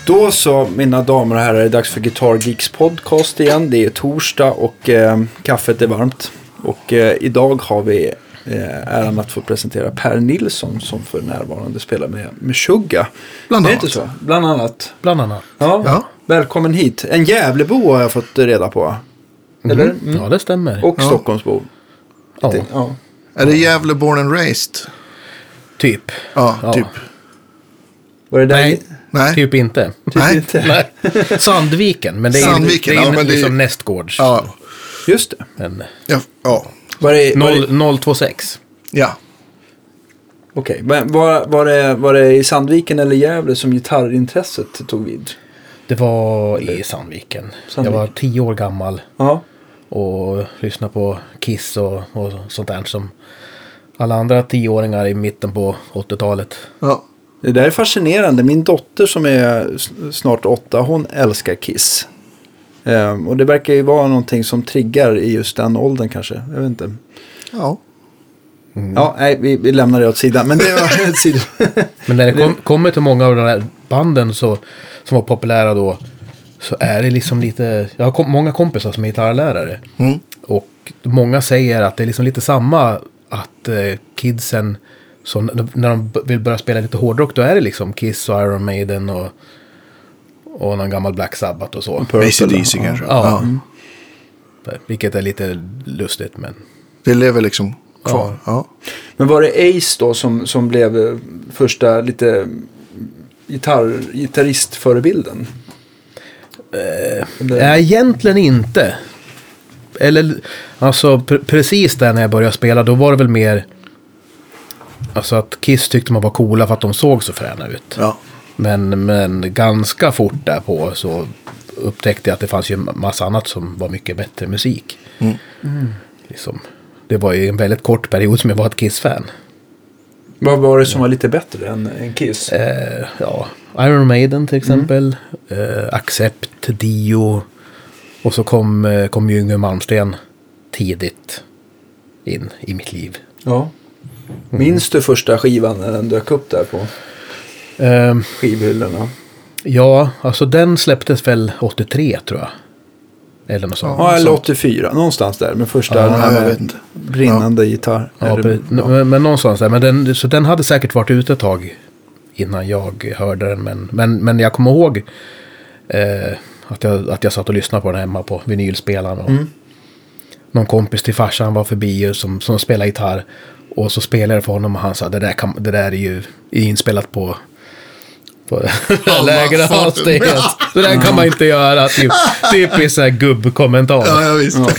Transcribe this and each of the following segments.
Då så, mina damer och herrar, är det dags för Guitar Geeks podcast igen. Det är torsdag och kaffet är varmt. Och idag har vi äran att få presentera Per Nilsson som för närvarande spelar med Shugga. Bland annat. Är det inte så? Bland annat. Bland annat. Ja. Välkommen hit. En Gävlebo har jag fått reda på. Eller? Mm. Ja, det stämmer. Och Stockholmsbo. Ja. Är det Gävle born and raised? Typ. Ja, typ. Var det där? Nej. Typ inte. Nej. Nej. Sandviken, men det är Sandviken, det är ja, men liksom det... nästgårds. Ja. Just det. Men Ja. Var det 026. Ja. Okej, men var det i Sandviken eller Gävle som gitarrintresset tog vid? Det var i Sandviken. Jag var 10 år gammal. Ja. Och lyssnade på Kiss och sånt där som alla andra 10-åringar i mitten på 80-talet. Ja. Det där är fascinerande. Min dotter som är snart 8, hon älskar Kiss. Och det verkar ju vara någonting som triggar i just den åldern kanske. Jag vet inte. Ja. Ja, nej, vi lämnar det åt sidan. Men det var ett sidan. Men när det kommer till många av de här banden som var populära då, så är det liksom lite... Jag har många kompisar som är gitarrlärare. Mm. Och många säger att det är liksom lite samma att kidsen, så när de vill börja spela lite hårdrock, då är det liksom Kiss och Iron Maiden och någon gammal Black Sabbath och så. AC/DC kanske. Ja. Vilket är lite lustigt, men... Det lever liksom kvar. Ja. Men var det Ace då som blev första lite gitarristförebilden? Egentligen inte. Eller, alltså precis där när jag började spela, då var det väl mer... Alltså att Kiss tyckte man var coola för att de såg så fräna ut. Ja. Men ganska fort därpå så upptäckte jag att det fanns ju massa annat som var mycket bättre musik. Liksom, det var ju en väldigt kort period som jag var ett Kiss-fan. Vad var det som var lite bättre än Kiss? Iron Maiden till exempel. Accept, Dio. Och så kom ju Yngwie Malmsteen tidigt in i mitt liv. Ja. Minns du första skivan när den dök upp där på skivhyllorna? Ja, alltså den släpptes väl 83 tror jag. Eller något sånt. Ja, eller 84. Någonstans där. Med första den här med brinnande gitarr. Ja, men någonstans där. Men den hade säkert varit ute ett tag innan jag hörde den. Men jag kommer ihåg att jag satt och lyssnade på den hemma på vinylspelaren. Och någon kompis till farsan var förbi som spelade gitarr. Och så spelade jag för honom och han sa det där är ju inspelat på lägre hastighet. Så den kan man inte göra. Typiskt så här gubbkommentar. Ja, visst. Ja.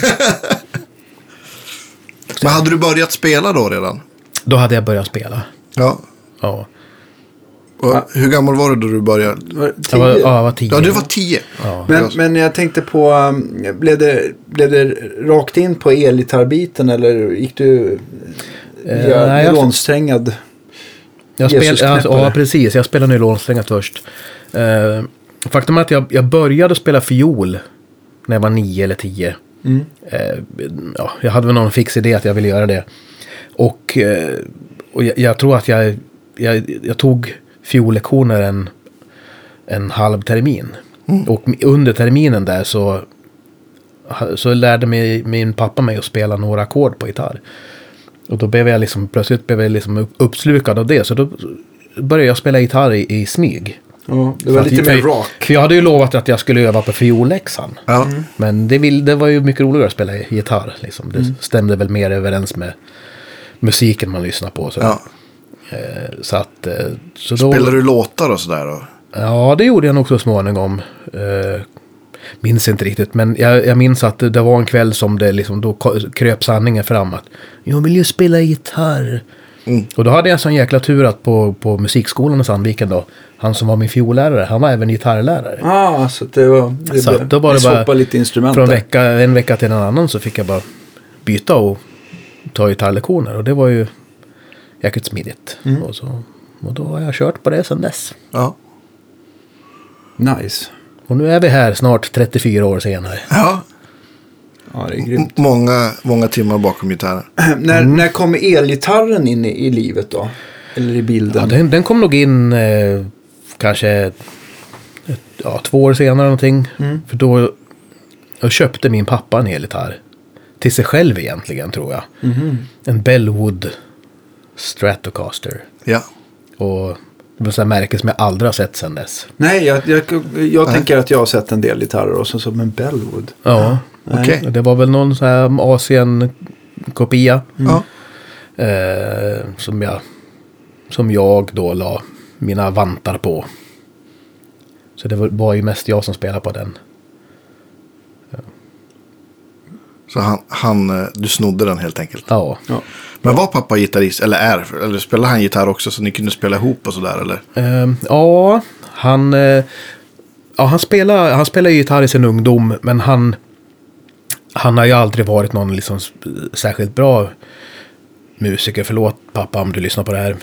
Men hade du börjat spela då redan? Då hade jag börjat spela. Ja. Och hur gammal var du då du började? Jag var 10. Ja, du var 10. Ja. Men jag tänkte på, blev det rakt in på elgitarrbiten eller gick du nylonsträngad? Ja, precis. Jag spelade nylonsträngat först. Faktum är att jag började spela fiol när jag var 9 eller 10. Jag hade väl någon fix idé att jag ville göra det. Och jag tror att jag tog fiollektioner en halv termin. Och under terminen där så lärde min pappa mig att spela några ackord på gitarr. Och då blev jag plötsligt uppslukad av det. Så då började jag spela gitarr i smyg. Ja, det var lite mer rock. För jag hade ju lovat att jag skulle öva på fiolläxan. Ja. Men det var ju mycket roligare att spela gitarr. Liksom. Det stämde väl mer överens med musiken man lyssnar på. Så. Ja. Så då, spelar du låtar och sådär då? Ja, det gjorde jag nog så småningom. Minns inte riktigt, men jag minns att det var en kväll som det då kröp sanningen fram att jag vill ju spela gitarr. Och då hade jag sån jäkla tur att på musikskolan i Sandviken då, han som var min fiollärare, han var även gitarrlärare. Så det var bara lite instrument. Från en vecka till en annan så fick jag bara byta och ta gitarrlektioner, och det var ju jäkligt smidigt. Och då har jag kört på det sedan dess. Ja. Nice. Och nu är vi här snart 34 år senare. Ja. Ja, det är grymt. Många timmar bakom gitarren. När kom elgitarren in i livet då? Eller i bilden? Ja, den kom nog in kanske 2 år senare någonting. För då köpte min pappa en elgitarr. Till sig själv egentligen, tror jag. En Bellwood Stratocaster. Ja. Och det var så här märke som jag aldrig har sett sedan dess. Nej, jag tänker att jag har sett en del gitarrer och så som en Bellwood. Ja, okej. Det var väl någon så här Asien-kopia. Ja. Som jag då la mina vantar på. Så det var ju mest jag som spelade på den. Så du snodde den helt enkelt. Ja. Men var pappa gitarrist eller spelade han gitarr också så ni kunde spela ihop och sådär eller? Ja, han spelar gitarr i sin ungdom, men han har ju aldrig varit någon liksom särskilt bra musiker. Förlåt pappa om du lyssnar på det här.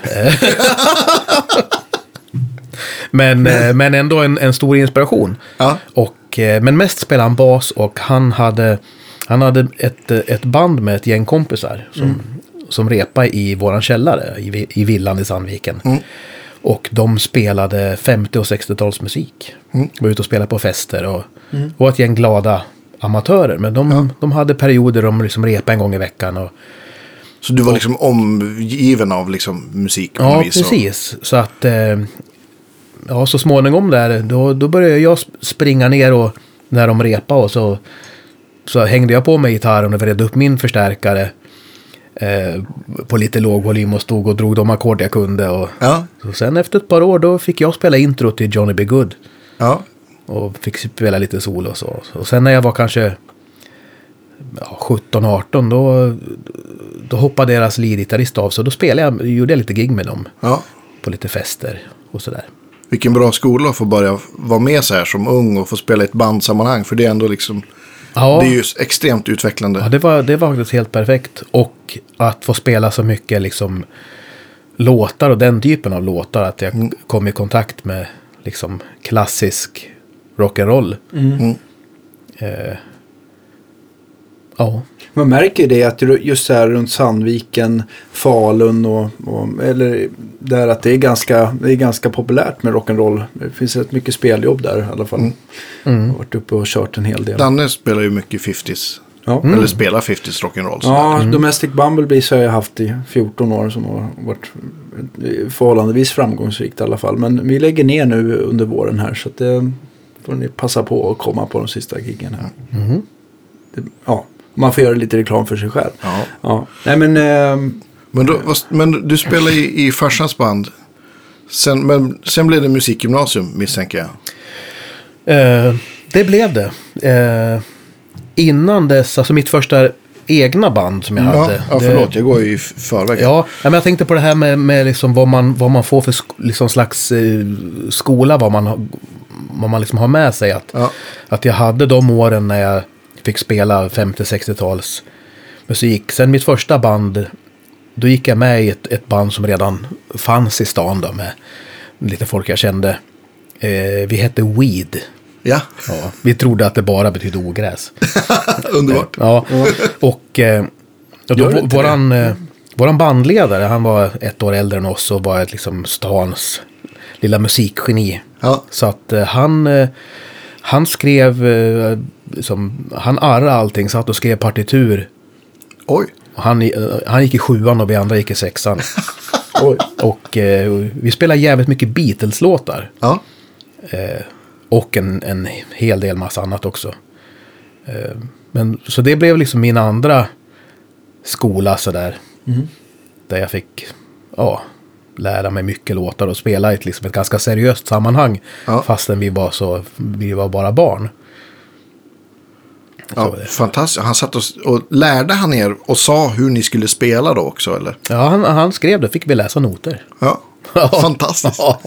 men ändå en stor inspiration. Ja. Men mest spelade han bas, och han hade ett band med ett gäng kompisar som repade i våran källare i villan i Sandviken. Och de spelade 50- och 60-talsmusik. Var ute och spelade på fester och var ett gäng glada amatörer. Men de hade perioder de liksom repade en gång i veckan. Så du var liksom omgiven av liksom musik? Ja, precis. Så att så småningom där, då började jag springa ner och när de repade, och så hängde jag på mig gitarren och vred upp min förstärkare på lite låg volym och stod och drog de ackord jag kunde. Och så sen efter ett par år då fick jag spela intro till Johnny B. Good. Ja. Och fick spela lite solo och så. Och sen när jag var kanske 17-18 då hoppade deras leadgitarrist av, så då gjorde jag lite gig med dem. Ja. På lite fester och sådär. Vilken bra skola att få börja vara med så här som ung och få spela i ett bandsammanhang, för det är ändå liksom det är ju extremt utvecklande. Ja, det var faktiskt helt perfekt. Och att få spela så mycket liksom låtar och den typen av låtar, att jag kom i kontakt med liksom klassisk rock'n'roll. Ja. Man märker det att just så här runt Sandviken, Falun eller där, att det är ganska populärt med rock'n'roll. Det finns rätt mycket speljobb där i alla fall. Jag har varit uppe och kört en hel del. Danne spelar ju mycket 50s. Ja. Eller spelar 50s rock'n'roll. Ja, Domestic Bumblebees har jag haft i 14 år som har varit förhållandevis framgångsrikt i alla fall. Men vi lägger ner nu under våren här, så att det får ni passa på att komma på de sista giggen här. Man får göra lite reklam för sig själv. Ja. Nej, Men du spelar i farsans band. Sen blev det musikgymnasium, misstänker jag. Det blev det. Innan dess, alltså mitt första egna band som jag hade. Ja, förlåt, jag går ju i förväg. Ja, men jag tänkte på det här med liksom vad man får för liksom slags skola, vad man liksom har med sig. Att jag hade de åren när jag fick spela 50-60-tals musik. Sen mitt första band, då gick jag med i ett band som redan fanns i stan då, med lite folk jag kände. Vi hette Weed. Ja. Vi trodde att det bara betydde ogräs. Underbart. Ja. Och våran bandledare, han var 1 år äldre än oss och var ett liksom stans lilla musikgeni. Ja. Så att han skrev han arrade allting, satt och skrev partitur. Oj. Han gick i 7:an och vi andra gick i 6:an. Oj. Och vi spelade jävligt mycket Beatles-låtar. Ja. Och en hel del massa annat också. Men så det blev liksom min andra skola sådär. Där jag fick lära mig mycket låtar och spela i liksom ett ganska seriöst sammanhang. Ja. Fastän vi var bara barn. Ja, fantastiskt. Han satt och lärde han er och sa hur ni skulle spela då också, eller? Ja, han skrev det. Fick vi läsa noter. Ja, fantastiskt. Ja.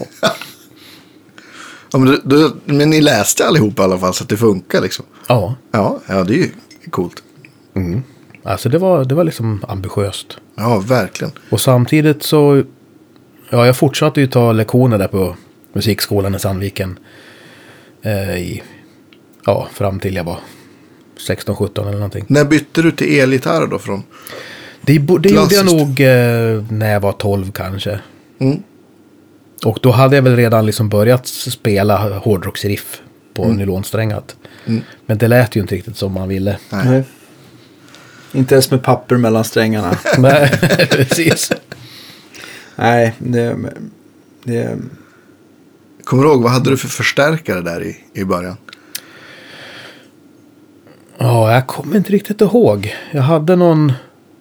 Ja, men ni läste allihopa i alla fall så att det funkar liksom. Ja. Ja, det är ju coolt. Alltså det var liksom ambitiöst. Ja, verkligen. Och samtidigt så jag fortsatte ju ta lektioner där på musikskolan i Sandviken. Fram till jag var 16-17 eller någonting. När bytte du till elgitarr då från? Det gjorde jag nog när jag var 12 kanske. Och då hade jag väl redan liksom börjat spela hårdrocksriff på nylonsträngat. Men det lät ju inte riktigt som man ville. Nej. Inte ens med papper mellan strängarna. Nej, precis. Nej, det... Kommer du ihåg, vad hade du för förstärkare där i början? Ja, jag kommer inte riktigt ihåg. Jag hade någon...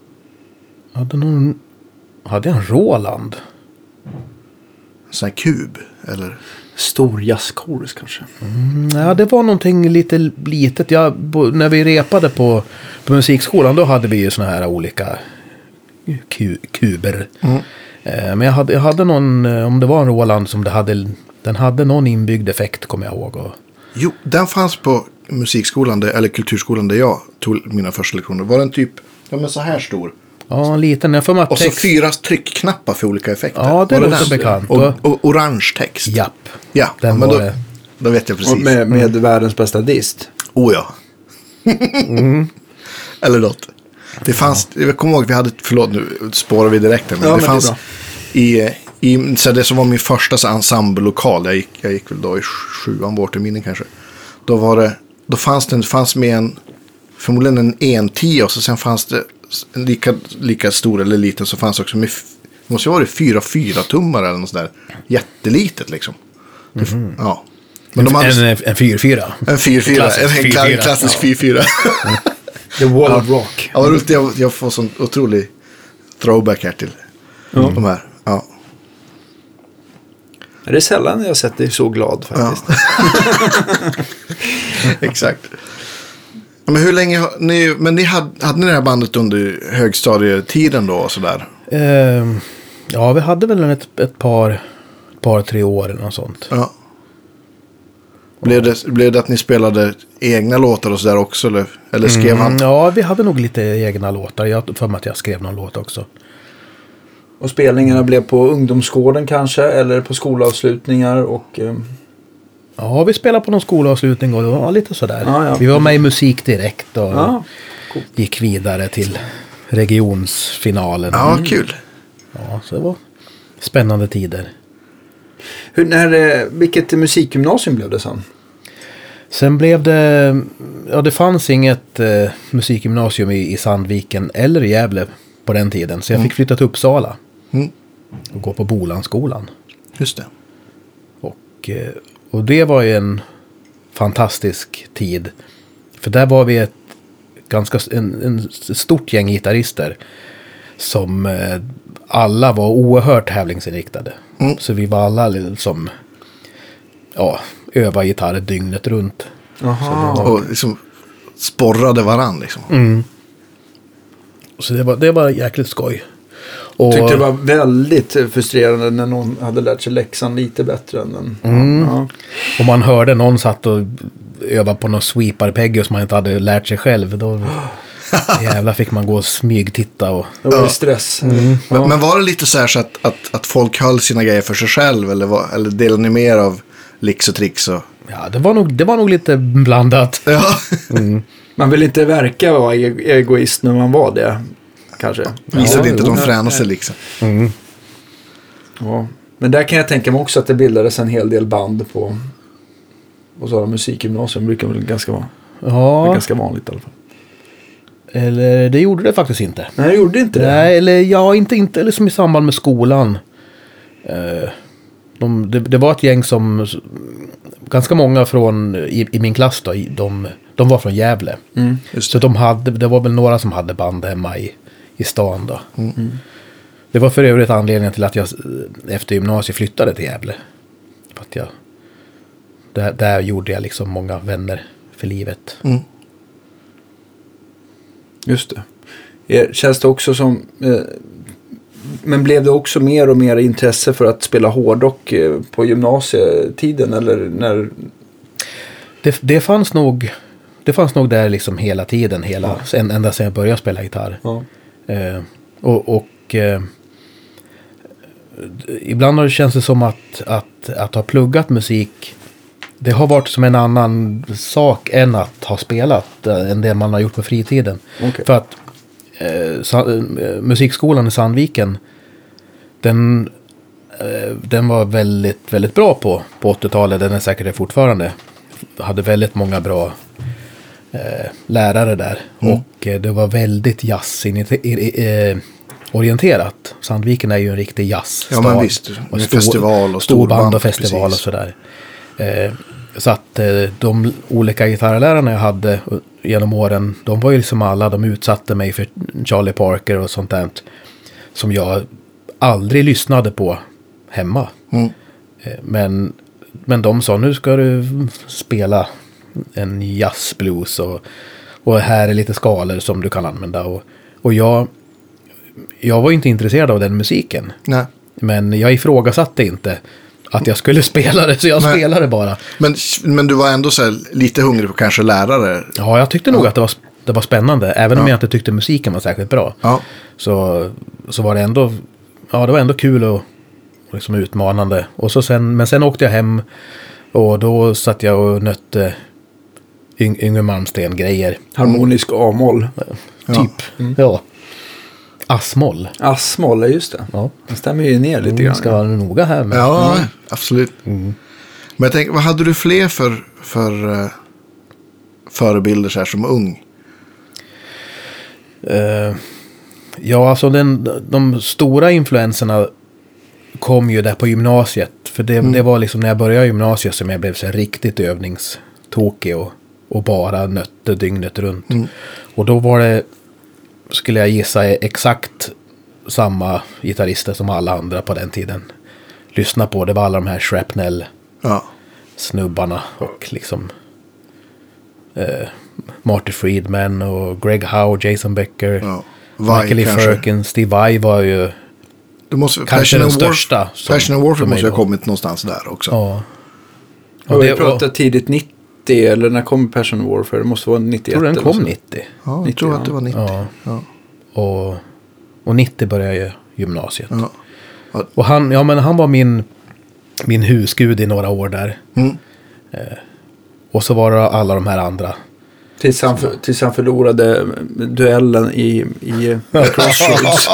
Hade jag en Roland? En sån här kub, eller? Stor jazzchorus kanske. Ja, det var någonting lite litet. När vi repade på musikskolan, då hade vi ju såna här olika kuber. Men jag hade någon, om det var en Roland som den hade någon inbyggd effekt, kommer jag ihåg. Jo, den fanns på musikskolan, eller kulturskolan där jag tog mina första lektioner. Var den typ, så här stor? Ja, en liten. Jag får med och så 4 tryckknappar för olika effekter. Ja, det låter bekant. Och orange text. Japp. Ja, men då vet jag precis. Och med världens bästa dist. Oh ja. Eller något. Det fanns, jag kommer ihåg, förlåt nu spårar vi direkt. Men det fanns så det som var min första ensemble-lokal. Jag gick väl då i 7:an vårterminen kanske. Då fanns med förmodligen en 1/10 och så sen fanns det en lika stor eller liten, så fanns också med, måste ju vara 4-4-tummar eller något sådär. Jättelitet liksom. Ja. Men en 4-4. En 4-4. En klassisk 4-4. The Wall of Rock. Ja, vad roligt. Jag får sån otrolig throwback här till de här. Ja. Det är sällan jag har sett dig så glad faktiskt. Ja. Exakt. Men hur länge hade ni det här bandet under högstadietiden då och sådär? Ja, vi hade väl ett par 3 år eller något sånt. Ja. Blev det att ni spelade egna låtar och sådär också? Eller skrev han? Ja, vi hade nog lite egna låtar. Jag för mig att jag skrev någon låt också. Och spelningarna blev på ungdomsgården kanske? Eller på skolavslutningar och... Ja, vi spelade på någon skolavslutning och det var lite sådär. Ja. Vi var med i musik direkt och gick vidare till regionsfinalen. Ja, kul. Ja, så det var spännande tider. Vilket musikgymnasium blev det sen? Sen blev det... Ja, det fanns inget musikgymnasium i Sandviken eller i Gävle på den tiden. Så jag fick flytta till Uppsala. Och gå på Bolandsskolan. Just det. Och det var ju en fantastisk tid. För där var vi ett stort gäng gitarrister som alla var oerhört tävlingsinriktade. Så vi var alla liksom öva gitarr dygnet runt. Och liksom sporrade varann liksom. Så det var jäkligt skoj. Och tyckte det var väldigt frustrerande när någon hade lärt sig läxan lite bättre än den. Och man hörde någon satt och övade på någon sweeparpegge som man inte hade lärt sig själv. Då jävlar fick man gå och smygtitta. Det var stress. Men var det lite så här så att folk höll sina grejer för sig själv? Eller delade ni mer av licks och tricks? Ja, det var nog lite blandat. Ja. Man vill inte verka vara egoist när man var det. Kanske. Visade inte de fränaste liksom. Ja. Men där kan jag tänka mig också att det bildades en hel del band på sådana musikgymnasium. Brukar väl ganska vara. Ja. Det är ganska vanligt i alla fall. Eller det gjorde det faktiskt inte. Nej, det gjorde inte det. Nej, eller inte liksom i samband med skolan. Det var ett gäng som ganska många från i min klass då, de var från Gävle. Så det var väl några som hade band hemma i stan då. Det var för övrigt anledningen till att jag efter gymnasiet flyttade till Gävle. För att där gjorde jag liksom många vänner för livet. Just det. Känns det också som... men blev det också mer och mer intresse för att spela hårdrock på gymnasietiden? Eller när... Det fanns nog där liksom hela tiden. Ända sedan jag började spela gitarr. Ja. Ibland har det känts som att ha pluggat musik, det har varit som en annan sak än att ha spelat, än det man har gjort på fritiden. Okay. För att musikskolan i Sandviken, den Den var väldigt, väldigt bra på 80-talet. Den är säkert det fortfarande. Hade väldigt många bra lärare där. Och det var väldigt orienterat. Sandviken är ju en riktig jazzstad. Ja, men visst. Med festival och storband och festival och sådär. Så att de olika gitarrlärarna jag hade genom åren, de var ju liksom alla, de utsatte mig för Charlie Parker och sånt där som jag aldrig lyssnade på hemma. Men de sa, nu ska du spela en jazzblues och här är lite skalor som du kan använda. Och jag var inte intresserad av den musiken. Nej. Men jag ifrågasatte inte att jag skulle spela det, så jag spelade bara. Men du var ändå så här lite hungrig på kanske lärare? Ja, jag tyckte nog att det var spännande. Även om jag inte tyckte musiken var särskilt bra. Ja. Så var det ändå, det var ändå kul och liksom utmanande. Och så sen åkte jag hem och då satt jag och nötte Yngwie Malmsteen-grejer. Harmonisk A-moll. Typ. Ja. Assmoll. Assmoll, just det. Ja. Det stämmer ju ner lite grann. Ska vara noga här med. Ja, absolut. Men jag tänker, vad hade du fler för förebilder så här som ung? Ja, alltså de stora influenserna kom ju där på gymnasiet. För det var liksom när jag började gymnasiet som jag blev så riktigt övningstokig och bara nötte dygnet runt. Och då var det, skulle jag gissa, exakt samma gitarrister som alla andra på den tiden lyssna på. Det var alla de här Shrapnel snubbarna och liksom Marty Friedman och Greg Howe, Jason Becker, Michael E. Firkin, Steve Vai var ju kanske den största. Passion and Warfare måste ha kommit någonstans där också. Ja. Och vi pratade tidigt 90, eller när kom Passion and Warfare? Det måste vara 91. Jag tror den kom 90. Ja, jag tror att det var 90. Ja. Och 90 började jag gymnasiet. Ja. Och han var min husgud i några år där. Och så var det alla de här andra. Tills han förlorade duellen i Crossroads.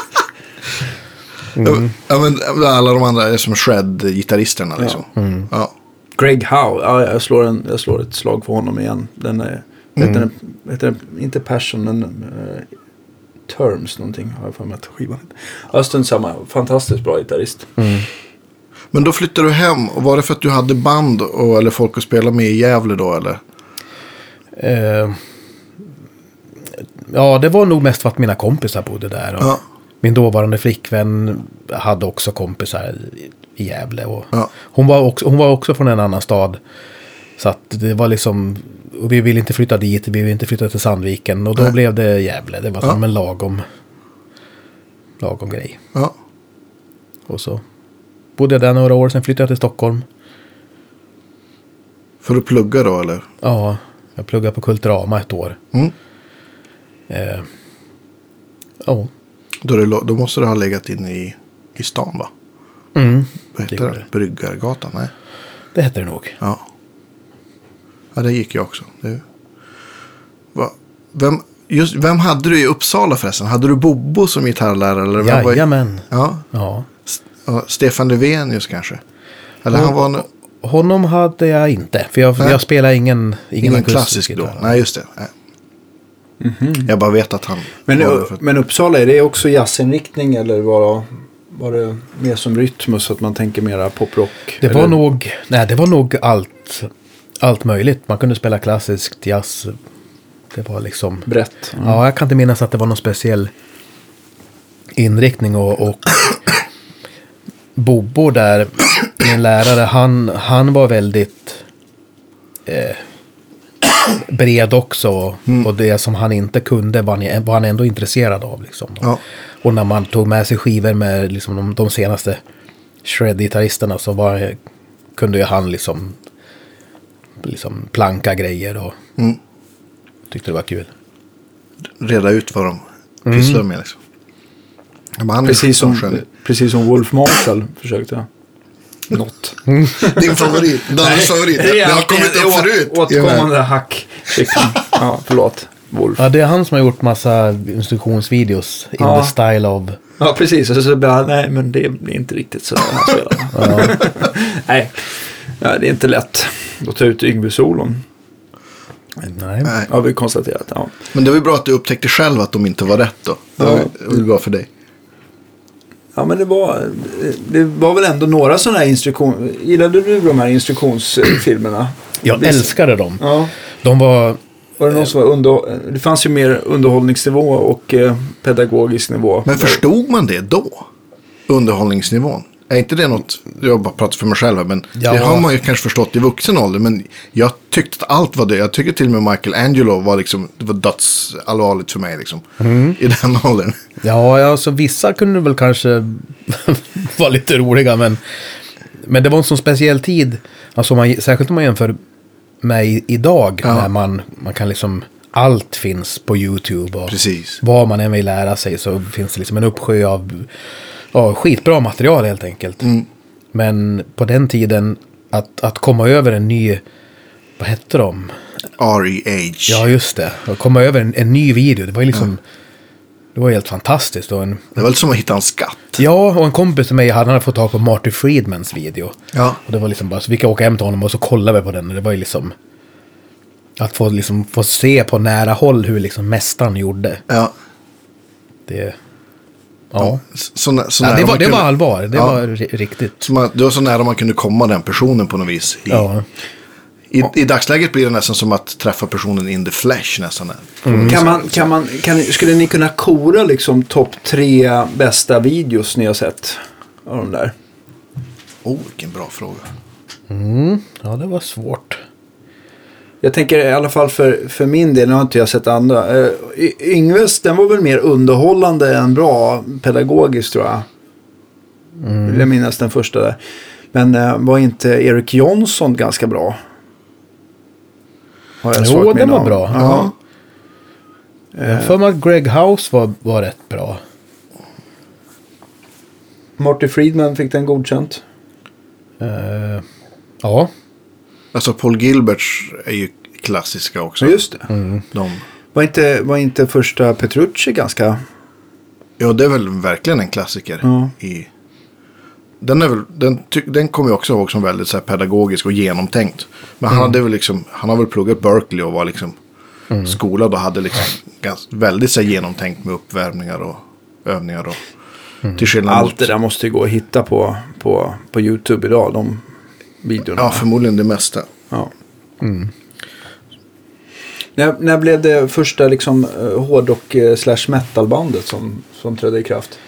Ja, men alla de andra är som shred-gitarristerna liksom. Ja. Greg Howe, jag slår ett slag för honom igen. Den är heter inte Passion, men Terms någonting har jag för mig att skivan. Östen samma, fantastiskt bra gitarrist. Men då flyttade du hem, och var det för att du hade band eller folk att spela med i Gävle då, eller? Ja, det var nog mest för att mina kompisar bodde där. Och min dåvarande flickvän hade också kompisar i Gävle. Och hon var också från en annan stad. Så att det var liksom, och vi ville inte flytta dit, vi ville inte flytta till Sandviken. Och då blev det Gävle. Det var som en lagom grej. Ja. Och så bodde jag där några år, sen flyttade jag till Stockholm. För att plugga då, eller? Ja, jag pluggade på Kulturama ett år. Då måste du ha legat in i stan, va? Vad heter det? Bryggargatan, nej? Det heter det nog. Ja, det gick jag också. Vem hade du i Uppsala förresten? Hade du Bobo som gitarrlärare? Eller Jajamän. Ja. Stefan Löfvenius kanske? Eller han var honom hade jag inte. För jag spelar ingen klassisk då. Nej, just det. Nej. Jag bara vet att han... Men Uppsala, är det också jazzinriktning eller var det mer som rytm så att man tänker mera poprock? Det var nog allt möjligt. Man kunde spela klassisk jazz. Det var liksom... brett. Ja, jag kan inte minnas att det var någon speciell inriktning och Bobo där, min lärare, han var väldigt bred också. Och det som han inte kunde var han ändå intresserad av. Liksom. Ja. Och när man tog med sig skivor med liksom, de senaste shred-gitarristerna så kunde ju han liksom planka grejer och tyckte det var kul. Reda ut vad de pysslar med liksom. Precis som Wolf Marshall försökte. Något. Din favorit. Danners favorit. Det har kommit upp förut. Återkommande hack. Ja, förlåt. Wolf. Ja, det är han som har gjort massa instruktionsvideos in the style of... Ja, precis. Och så bara, nej, men det är inte riktigt så här spelarna. Nej, ja, det är inte lätt att ta ut Yngwie-solon. Nej. Ja, vi konstaterat, ja. Men det var ju bra att du upptäckte själv att de inte var rätt då. Det var bra för dig. Ja, men det var väl ändå några sådana här gillade du de här instruktionsfilmerna? Jag älskade dem. Ja. De var... Var det någon som var det fanns ju mer underhållningsnivå och pedagogisk nivå. Men förstod man det då? Underhållningsnivån? Är inte det något, jag bara pratar för mig själv, men det har man ju kanske förstått i vuxen ålder, men jag tyckte att allt var det. Jag tycker till och med Michelangelo var liksom, det var dödsallvarligt för mig liksom, i den åldern. Ja, alltså vissa kunde väl kanske vara lite roliga, men det var en sån speciell tid, alltså särskilt om man jämför med idag, när man kan liksom, allt finns på YouTube och precis. Vad man än vill lära sig så finns det liksom en uppsjö av skitbra material helt enkelt. Men på den tiden att komma över en ny, vad hette de? REH. Ja, just det. Att komma över en ny video, det var ju liksom det var helt fantastiskt. Och det var lite som att hitta en skatt. Ja, och en kompis till mig hade fått tag på Marty Friedmans video. Ja. Och det var liksom bara, så vi kan åka hem till honom och så kollade vi på den. Och det var ju liksom att få se på nära håll hur liksom mästaren gjorde. Ja. Det... Ja. Det var allvar. Det var riktigt. Det var så nära man kunde komma den personen på något vis. I dagsläget blir det nästan som att träffa personen in the flesh nästan. Skulle ni kunna kora liksom topp 3 bästa videos ni har sett av de där? Vilken bra fråga. Ja, det var svårt. Jag tänker i alla fall för min del, nu har inte jag sett andra. Yngves, den var väl mer underhållande än bra pedagogiskt, tror jag. Vill jag minnas den första där. Men var inte Erik Jonsson ganska bra? Jo, den var bra. Ja. För mig att Greg House var rätt bra. Marty Friedman fick den godkänt. Ja. Alltså Paul Gilberts är ju klassiska också. Just det. Var inte första Petrucci ganska... Ja, det är väl verkligen en klassiker. Den kommer jag också ihåg som väldigt så här pedagogisk och genomtänkt. Men han har väl pluggat Berkeley och var liksom skolad och hade liksom väldigt så här genomtänkt med uppvärmningar och övningar och till skillnad allt det där måste ju gå att hitta på YouTube idag, de videorna. Ja, förmodligen det mesta. Ja. När blev det första liksom hårdrock / metalbandet som trädde i kraft?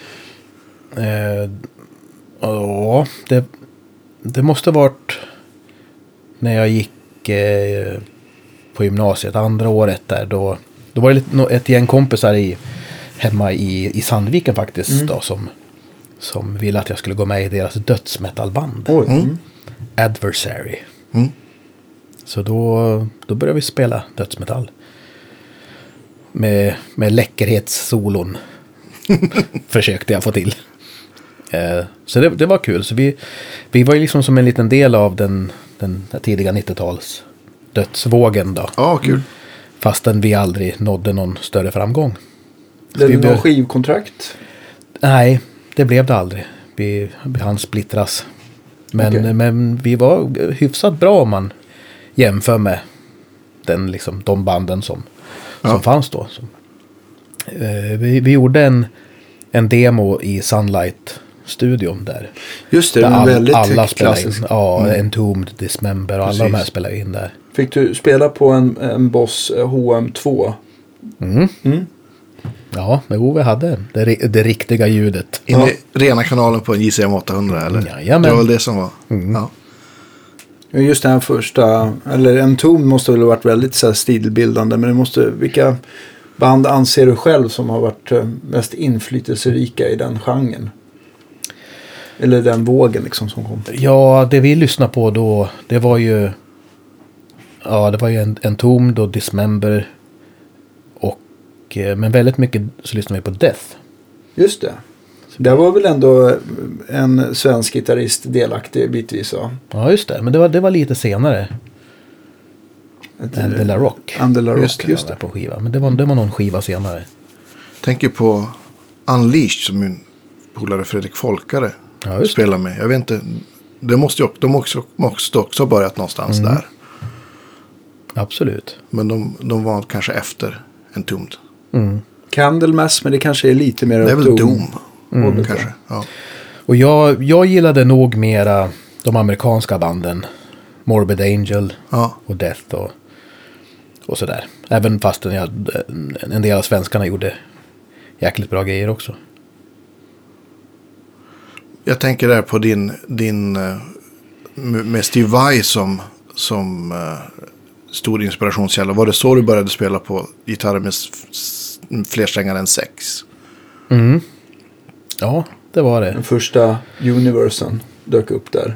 Ja, det måste varit när jag gick på gymnasiet, andra året där, då var det ett gäng kompisar hemma i Sandviken faktiskt då, som ville att jag skulle gå med i deras dödsmetalband. Adversary. Så då började vi spela dödsmetall med läckerhetssolon försökte jag få till. Så det var kul. Så vi var ju liksom som en liten del av den tidiga 90-tals dödsvågen då. Ja, kul. Fastän vi aldrig nådde någon större framgång. Blev det någon skivkontrakt? Nej, det blev det aldrig. Vi hann splittras. Men vi var hyfsat bra om man jämför med de banden som fanns då. Vi gjorde en demo i Sunlight-studion där. Just det, där väldigt alla klassisk. Entombed, Dismember och alla de här spelade in där. Fick du spela på en Boss HM2? Ja, men Ove hade det riktiga ljudet. In i rena kanalen på en JCM 800 eller? Jajamän. Det var väl det som var. Ja. Just den här första, eller Entombed måste väl ha varit väldigt så här stilbildande, men vilka band anser du själv som har varit mest inflytelserika i den genren? Eller den vågen liksom som kom? Ja, det vi lyssnade på då, det var ju Entombed och Dismember men väldigt mycket så lyssnade vi på Death. Just det. Det var väl ändå en svensk gitarrist delaktig bitvis, va? Ja, just det. Men det var lite senare. Andela Rock. Andela Rock, just det. På skiva. Men det var någon skiva senare. Tänker på Unleashed som min polare Fredrik Folkare spelar med. Jag vet inte, de måste också börjat någonstans där. Absolut. Men de var kanske efter en Entombed. Candlemass, men det kanske är lite mer... Det är väl Doom. Kanske, ja. Och jag gillade nog mera de amerikanska banden. Morbid Angel och Death och sådär. Även fast en del av svenskarna gjorde jäkligt bra grejer också. Jag tänker där på din med Steve Vai som stor inspirationskälla. Var det så du började spela på gitarr med fler strängar än 6? Ja, det var det. Den första Universen dök upp där.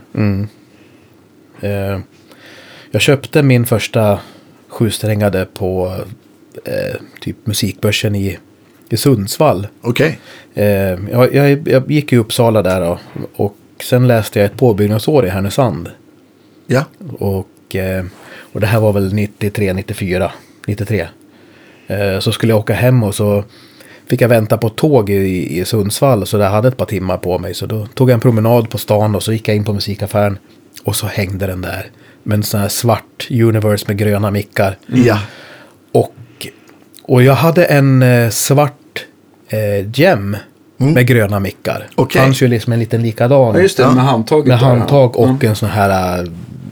Jag köpte min första 7-strängade på typ musikbörsen i Sundsvall. Okej. Jag gick i Uppsala där och sen läste jag ett påbyggnadsår i Härnösand. Ja. Och det här var väl 93. Så skulle jag åka hem och så fick jag vänta på tåg i Sundsvall, så jag hade ett par timmar på mig. Så då tog jag en promenad på stan och så gick jag in på musikaffären och så hängde den där med en sån här svart Universe med gröna mickar. Ja. Och jag hade en svart gem med gröna mickar. Okay. Det fanns ju liksom en liten likadan. Ja, just det, med handtaget. Med handtag och en sån här...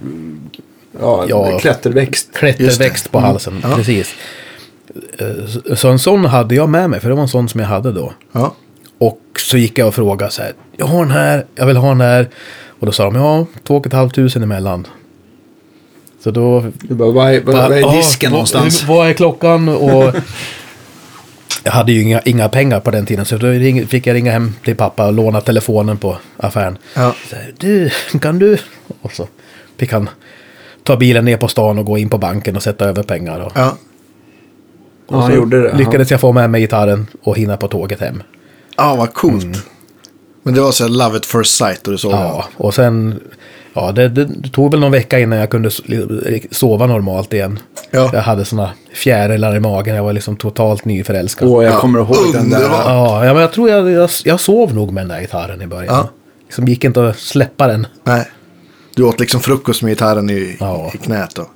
klätterväxt på halsen, precis. Så en sån hade jag med mig, för det var en sån som jag hade då. Ja. Och så gick jag och frågade så här: jag har den här, jag vill ha den här. Och då sa de, 2 500 emellan. Så då... Du bara, vad är disken någonstans? Vad är klockan? Och jag hade ju inga pengar på den tiden, så då fick jag ringa hem till pappa och låna telefonen på affären. Ja. Så här, du, kan du? Och så fick han ta bilen ner på stan och gå in på banken och sätta över pengar. Och han gjorde det. Lyckades jag få med mig gitarren och hinna på tåget hem. Ja, vad coolt. Men det var så här love at first sight och du såg Ja, och sen... Ja, det tog väl någon vecka innan jag kunde sova normalt igen. Ja. Jag hade såna fjärilar i magen. Jag var liksom totalt nyförälskad. Jag kommer ihåg den där. Ja, men jag tror jag sov nog med den där gitarren i början. Ja. Liksom gick inte att släppa den. Nej. Du åt liksom frukost med gitarren i knät då.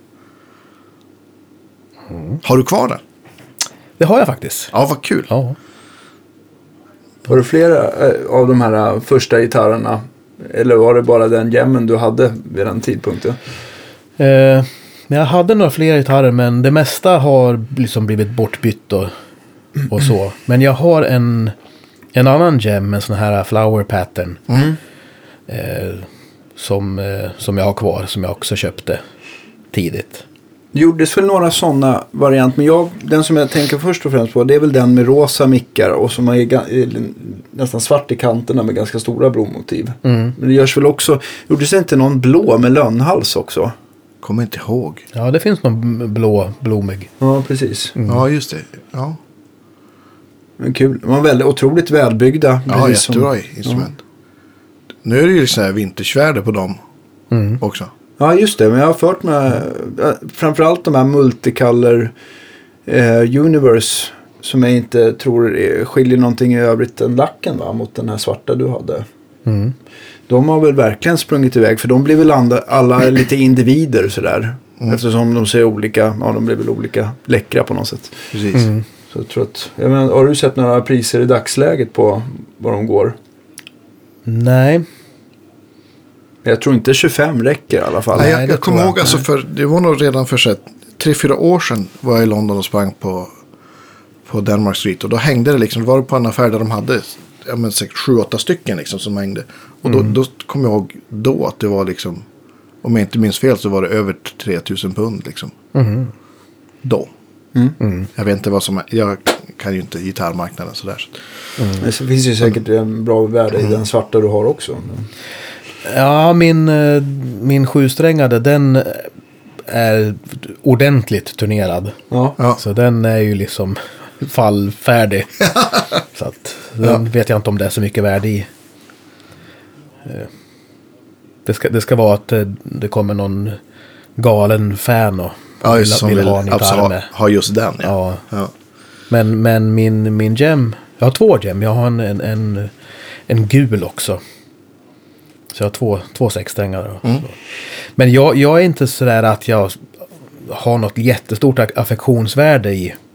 Har du kvar den? Det har jag faktiskt. Ja, vad kul. Ja. Var det flera av de här första gitarrerna? Eller var det bara den gemmen du hade vid den tidpunkten? Jag hade några fler gitarrer, men det mesta har liksom blivit bortbytt och så. Men jag har en annan gem, en sån här flower pattern. Som jag har kvar, som jag också köpte tidigt. Det gjordes väl några sådana varianter, men den som jag tänker först och främst på, det är väl den med rosa mickar och som är nästan svart i kanterna med ganska stora blommotiv. Men det görs väl också, gjordes det inte någon blå med lönnhals också? Kommer inte ihåg. Ja, det finns någon blå blommig. Ja, precis. Ja, just det. Ja. Men kul. De var väldigt otroligt välbyggda. Ja, jättebra instrument. Nu är det ju så här vintersvärde på dem också. Ja, just det. Men jag har fört med framförallt de här multicolor Universe som jag inte tror skiljer någonting i övrigt än lacken, va, mot den här svarta du hade. De har väl verkligen sprungit iväg, för de blir väl alla lite individer sådär. Eftersom de ser olika, de blir väl olika läckra på något sätt. Precis. Så jag tror att, har du sett några priser i dagsläget på vad de går? Nej. Jag tror inte 25 räcker i alla fall. Nej, jag kommer ihåg, alltså, för det var nog redan för 3-4 år sedan var jag i London och sprang på Denmark Street. Och då hängde det liksom, det var på en affär där de hade 7-8 stycken liksom som hängde. Och då kom jag ihåg då att det var liksom, om jag inte minns fel så var det över 3000 pund liksom. Då. Jag vet inte vad som är, jag kan ju inte gitarrmarknaden sådär. Det finns ju säkert en bra värde i den svarta du har också. Ja, min 7-strängade, den är ordentligt turnerad. Ja. Så den är ju liksom fallfärdig. Så att den vet jag inte om det är så mycket värde i. Det ska vara att det kommer någon galen fan och Ja, som vill ha just den. Ja. Men min gem, jag har 2 gem. Jag har en gul också. Så jag har två 6-strängar. Men jag är inte sådär att jag har något jättestort affektionsvärde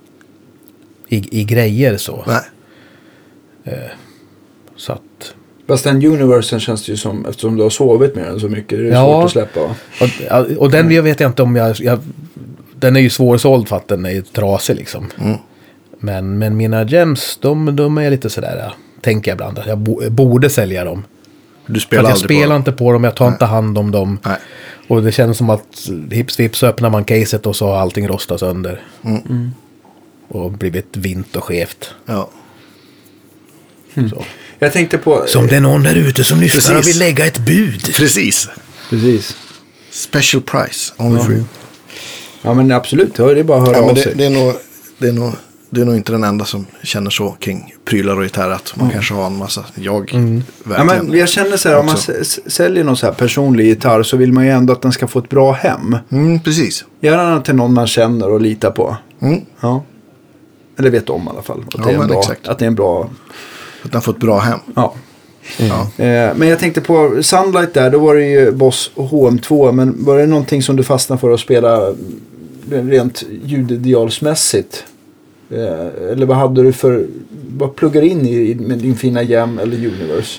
i grejer så. Nej. Så att... Fast den Universen känns det ju som, eftersom du har sovit med den så mycket, det är svårt att släppa. Och den vet jag inte om jag den är ju svårsåld för att den är trasig liksom. Men mina gems, de är lite sådär, tänker jag ibland att jag borde sälja dem. Du spelar jag spelar inte på dem, jag tar inte hand om dem. Nej. Och det känns som att hips så öppnar man caset och så har allting rostat sönder. Och blivit vint och skevt. Ja. Så. Jag tänkte på... Som det är någon där ute som lyssnar och vill lägga ett bud. Precis. Special price. Only for you. Ja, men absolut. Det är bara att höra av sig. Det är nog inte den enda som känner så kring prylar och gitarr att man kanske har en massa. Verkligen. Ja, men jag känner så här, om man säljer någon så här personlig gitarr så vill man ju ändå att den ska få ett bra hem. Precis. Gärna till någon man känner och litar på. Ja. Eller vet om i alla fall. Att det är en bra... Att den får ett bra hem. Ja. Men jag tänkte på Sunlight där, då var det ju Boss och HM2, men var det någonting som du fastnade för att spela rent ljudidealsmässigt? Eller vad hade du för, vad pluggar in i med din fina Jam eller Universe?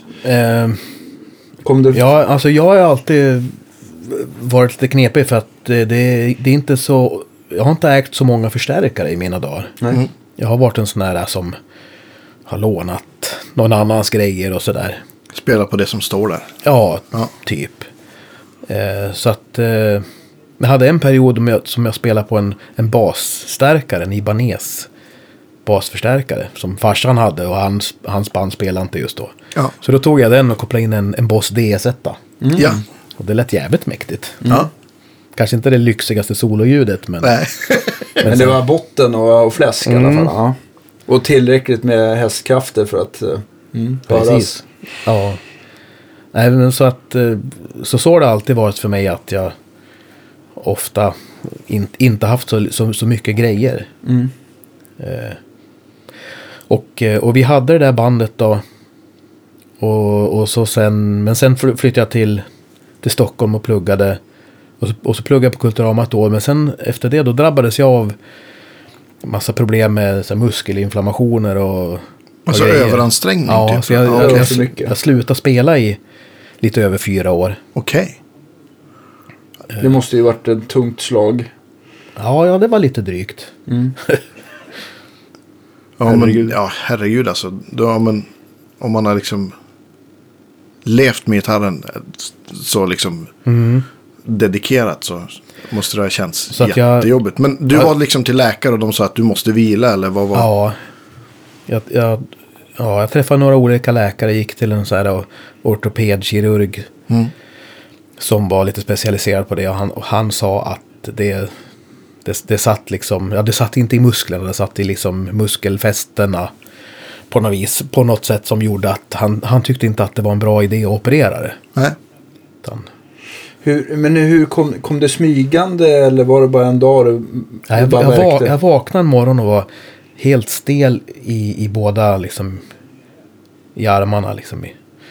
Ja, alltså jag har alltid varit lite knepig för att det är inte så, jag har inte ägt så många förstärkare i mina dagar. Jag har varit en sån här som har lånat någon annans grejer och sådär. Spela på det som står där. Ja. Typ. Så att jag hade en period som jag spelade på en basstärkare, en Ibanez basförstärkare som farsan hade och hans band spelade inte just då. Ja. Så då tog jag den och kopplade in en Boss DS1. Ja. Och det lät jävligt mäktigt. Ja. Kanske inte det lyxigaste sololjudet, men... Nej. men det var botten och fläsk i alla fall. Ja. Och tillräckligt med hästkrafter för att precis. Ja. Nej, men så att så har det alltid varit för mig att jag ofta inte haft så mycket grejer. Och vi hade det där bandet då och så sen flyttade jag till Stockholm och pluggade och så pluggade jag på Kulturama ett år, men sen efter det då drabbades jag av massa problem med så här, muskelinflammationer och alltså överansträngning. Ja, typ. så jag slutade spela i lite över 4 år. Okej. Det måste ju varit ett tungt slag. Ja, det var lite drygt. Herregud alltså. Men om man har liksom levt med gitarren så liksom dedikerat så måste det ha känts jättejobbigt. Men du var liksom till läkare och de sa att du måste vila eller vad var? Ja, jag träffade några olika läkare, gick till en så här ortopedkirurg som var lite specialiserad på det och han sa att det satt liksom, det satt inte i musklerna, det satt i liksom muskelfästena på något vis, på något sätt som gjorde att han tyckte inte att det var en bra idé att operera det. Nej. Hur kom det smygande eller var det bara en dag jag vaknade en morgon och var helt stel i båda liksom i armarna liksom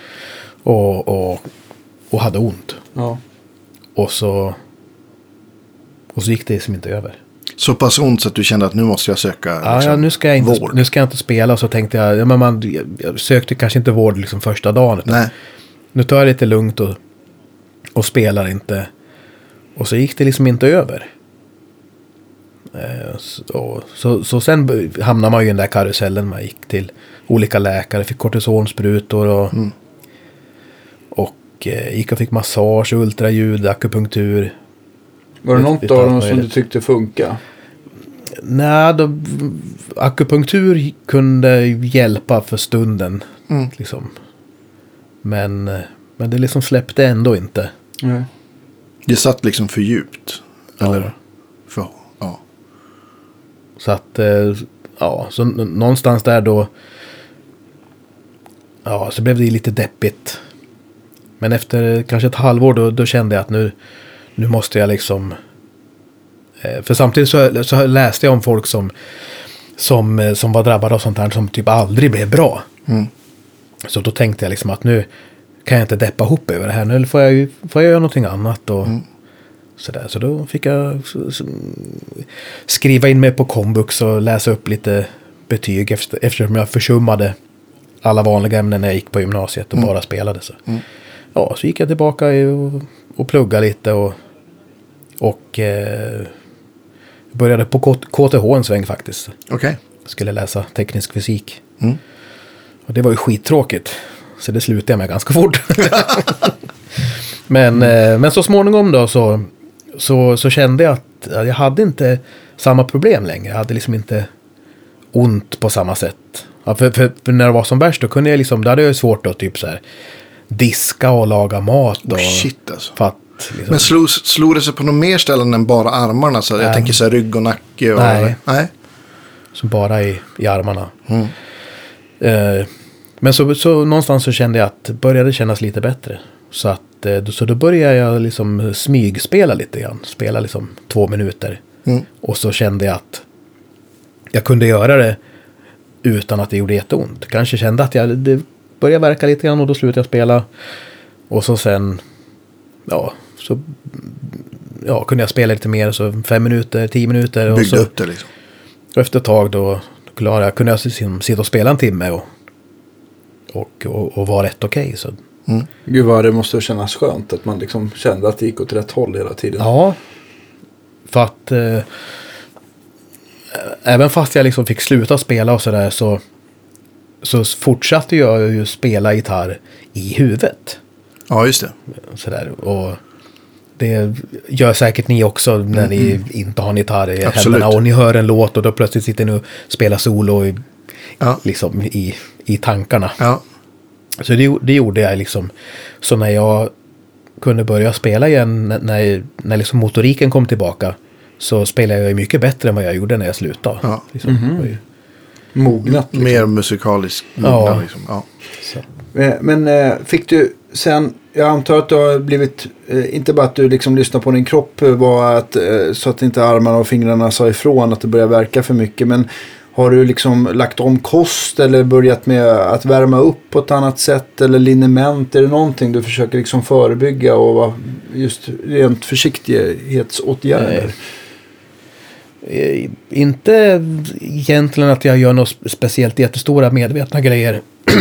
och hade ont. Ja. Och så gick det liksom inte över. Så pass ont så att du kände att nu måste jag söka nu ska jag inte spela, så tänkte jag jag sökte kanske inte vård liksom första dagen. Nej. Nu tar jag lite lugnt och spelar inte. Och så gick det liksom inte över. Så sen hamnade man ju i den där karusellen. Man gick till olika läkare, fick kortisonsprutor och gick och fick massage, ultraljud, akupunktur. Var det något av dem som du tyckte funkar? Nej, akupunktur kunde hjälpa för stunden. Liksom. Men det liksom släppte ändå inte. Nej. Det satt liksom för djupt. Eller? Ja. Så att, så någonstans där då, så blev det lite deppigt. Men efter kanske ett halvår då kände jag att nu måste jag liksom För samtidigt så läste jag om folk som var drabbade av sånt här som typ aldrig blev bra. Så då tänkte jag liksom att nu kan jag inte deppa ihop över det här. Nu får jag göra någonting annat och sådär. Så då fick jag skriva in mig på komvux och läsa upp lite betyg eftersom jag försummade alla vanliga ämnen när jag gick på gymnasiet och bara spelade. Så. Ja, så gick jag tillbaka och pluggade lite och började på KTH en sväng faktiskt. Okej. Skulle läsa teknisk fysik. Och det var ju skittråkigt. Så det slutade jag med ganska fort. Men så småningom då så kände jag att jag hade inte samma problem längre. Jag hade liksom inte ont på samma sätt. Ja, för när det var som värst då kunde jag liksom, då hade jag svårt att typ så här diska och laga mat. Shit alltså. För att, liksom, men slog det sig på något mer ställen än bara armarna? Så jag tänker så här rygg och nacke. Och, nej. Som bara i armarna. Men så någonstans så kände jag att det började kännas lite bättre. Så då började jag liksom smygspela lite grann. Spela liksom 2 minuter. Och så kände jag att jag kunde göra det utan att det gjorde jätteont. Kanske kände att det började verka lite grann och då slutade jag spela. Och så sen kunde jag spela lite mer. Så 5 minuter, 10 minuter. Och byggde så, upp det liksom. Och efter ett tag då kunde jag sitta och spela en timme och var rätt okej. Så. Gud vad det måste kännas skönt att man liksom kände att det gick åt rätt håll hela tiden. Ja, för att även fast jag liksom fick sluta spela och sådär så fortsatte jag ju spela gitarr i huvudet. Ja, just det. Sådär, och det gör säkert ni också när ni inte har en gitarr i händerna och ni hör en låt och då plötsligt sitter ni och spelar solo liksom i tankarna. Ja. Så det gjorde jag liksom. Så när jag kunde börja spela igen, när liksom motoriken kom tillbaka, så spelade jag mycket bättre än vad jag gjorde när jag slutade. Ja. Liksom. Mognat. Liksom. Mer musikalisk mognad. Liksom. Ja. Men fick du sen, jag antar att du har blivit, inte bara att du liksom lyssnar på din kropp, var att, så att inte armarna och fingrarna sa ifrån att det börjar verka för mycket, men har du liksom lagt om kost eller börjat med att värma upp på ett annat sätt eller liniment? Är det någonting du försöker liksom förebygga och vara just rent försiktighetsåtgärder? Inte egentligen att jag gör något speciellt jättestora medvetna grejer.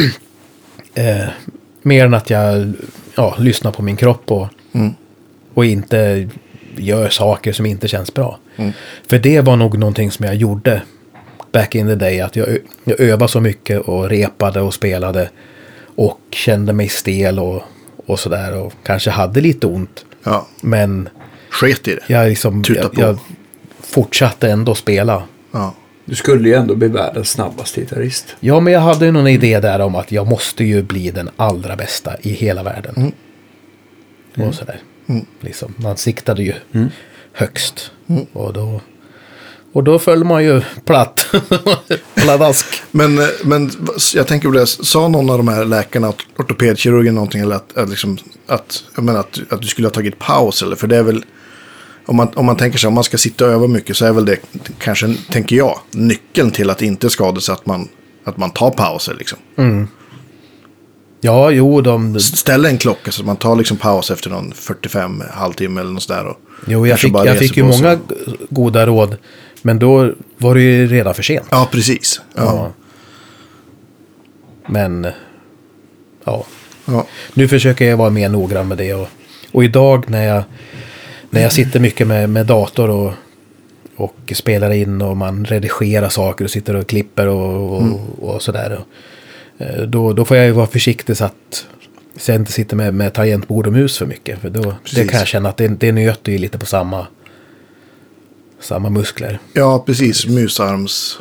Mer än att jag lyssnar på min kropp och inte gör saker som inte känns bra. För det var nog någonting som jag gjorde back in the day, att jag övade så mycket och repade och spelade och kände mig stel och sådär och kanske hade lite ont. Ja. Men sket i det. Jag fortsatte ändå spela. Ja. Du skulle ju ändå bli världens snabbaste gitarrist. Ja, men jag hade ju någon idé där om att jag måste ju bli den allra bästa i hela världen. Och sådär. Liksom, man siktade ju högst. Och då föll man ju platt. Pladask. Men jag tänker på det. Sa någon av de här läkarna, ortopedkirurgen någonting, eller att du skulle ha tagit paus? Eller? För det är väl, om man tänker sig, om man ska sitta och öva mycket, så är väl det kanske, tänker jag, nyckeln till att inte skada sig att man tar pauser liksom. Ja, jo, ställer en klocka så att man tar liksom paus efter någon 45 halvtimme eller något där. Jo, jag fick ju många goda råd, men då var det ju redan för sent. Ja, precis. Ja. Men nu försöker jag vara mer noggrann med det och idag när jag sitter mycket med dator och spelar in och man redigerar saker och sitter och klipper och sådär. Då får jag ju vara försiktig så att jag inte sitter med tangentbord och mus för mycket. För det kan jag känna att det nöter ju lite på samma muskler. Ja, precis. Musarms.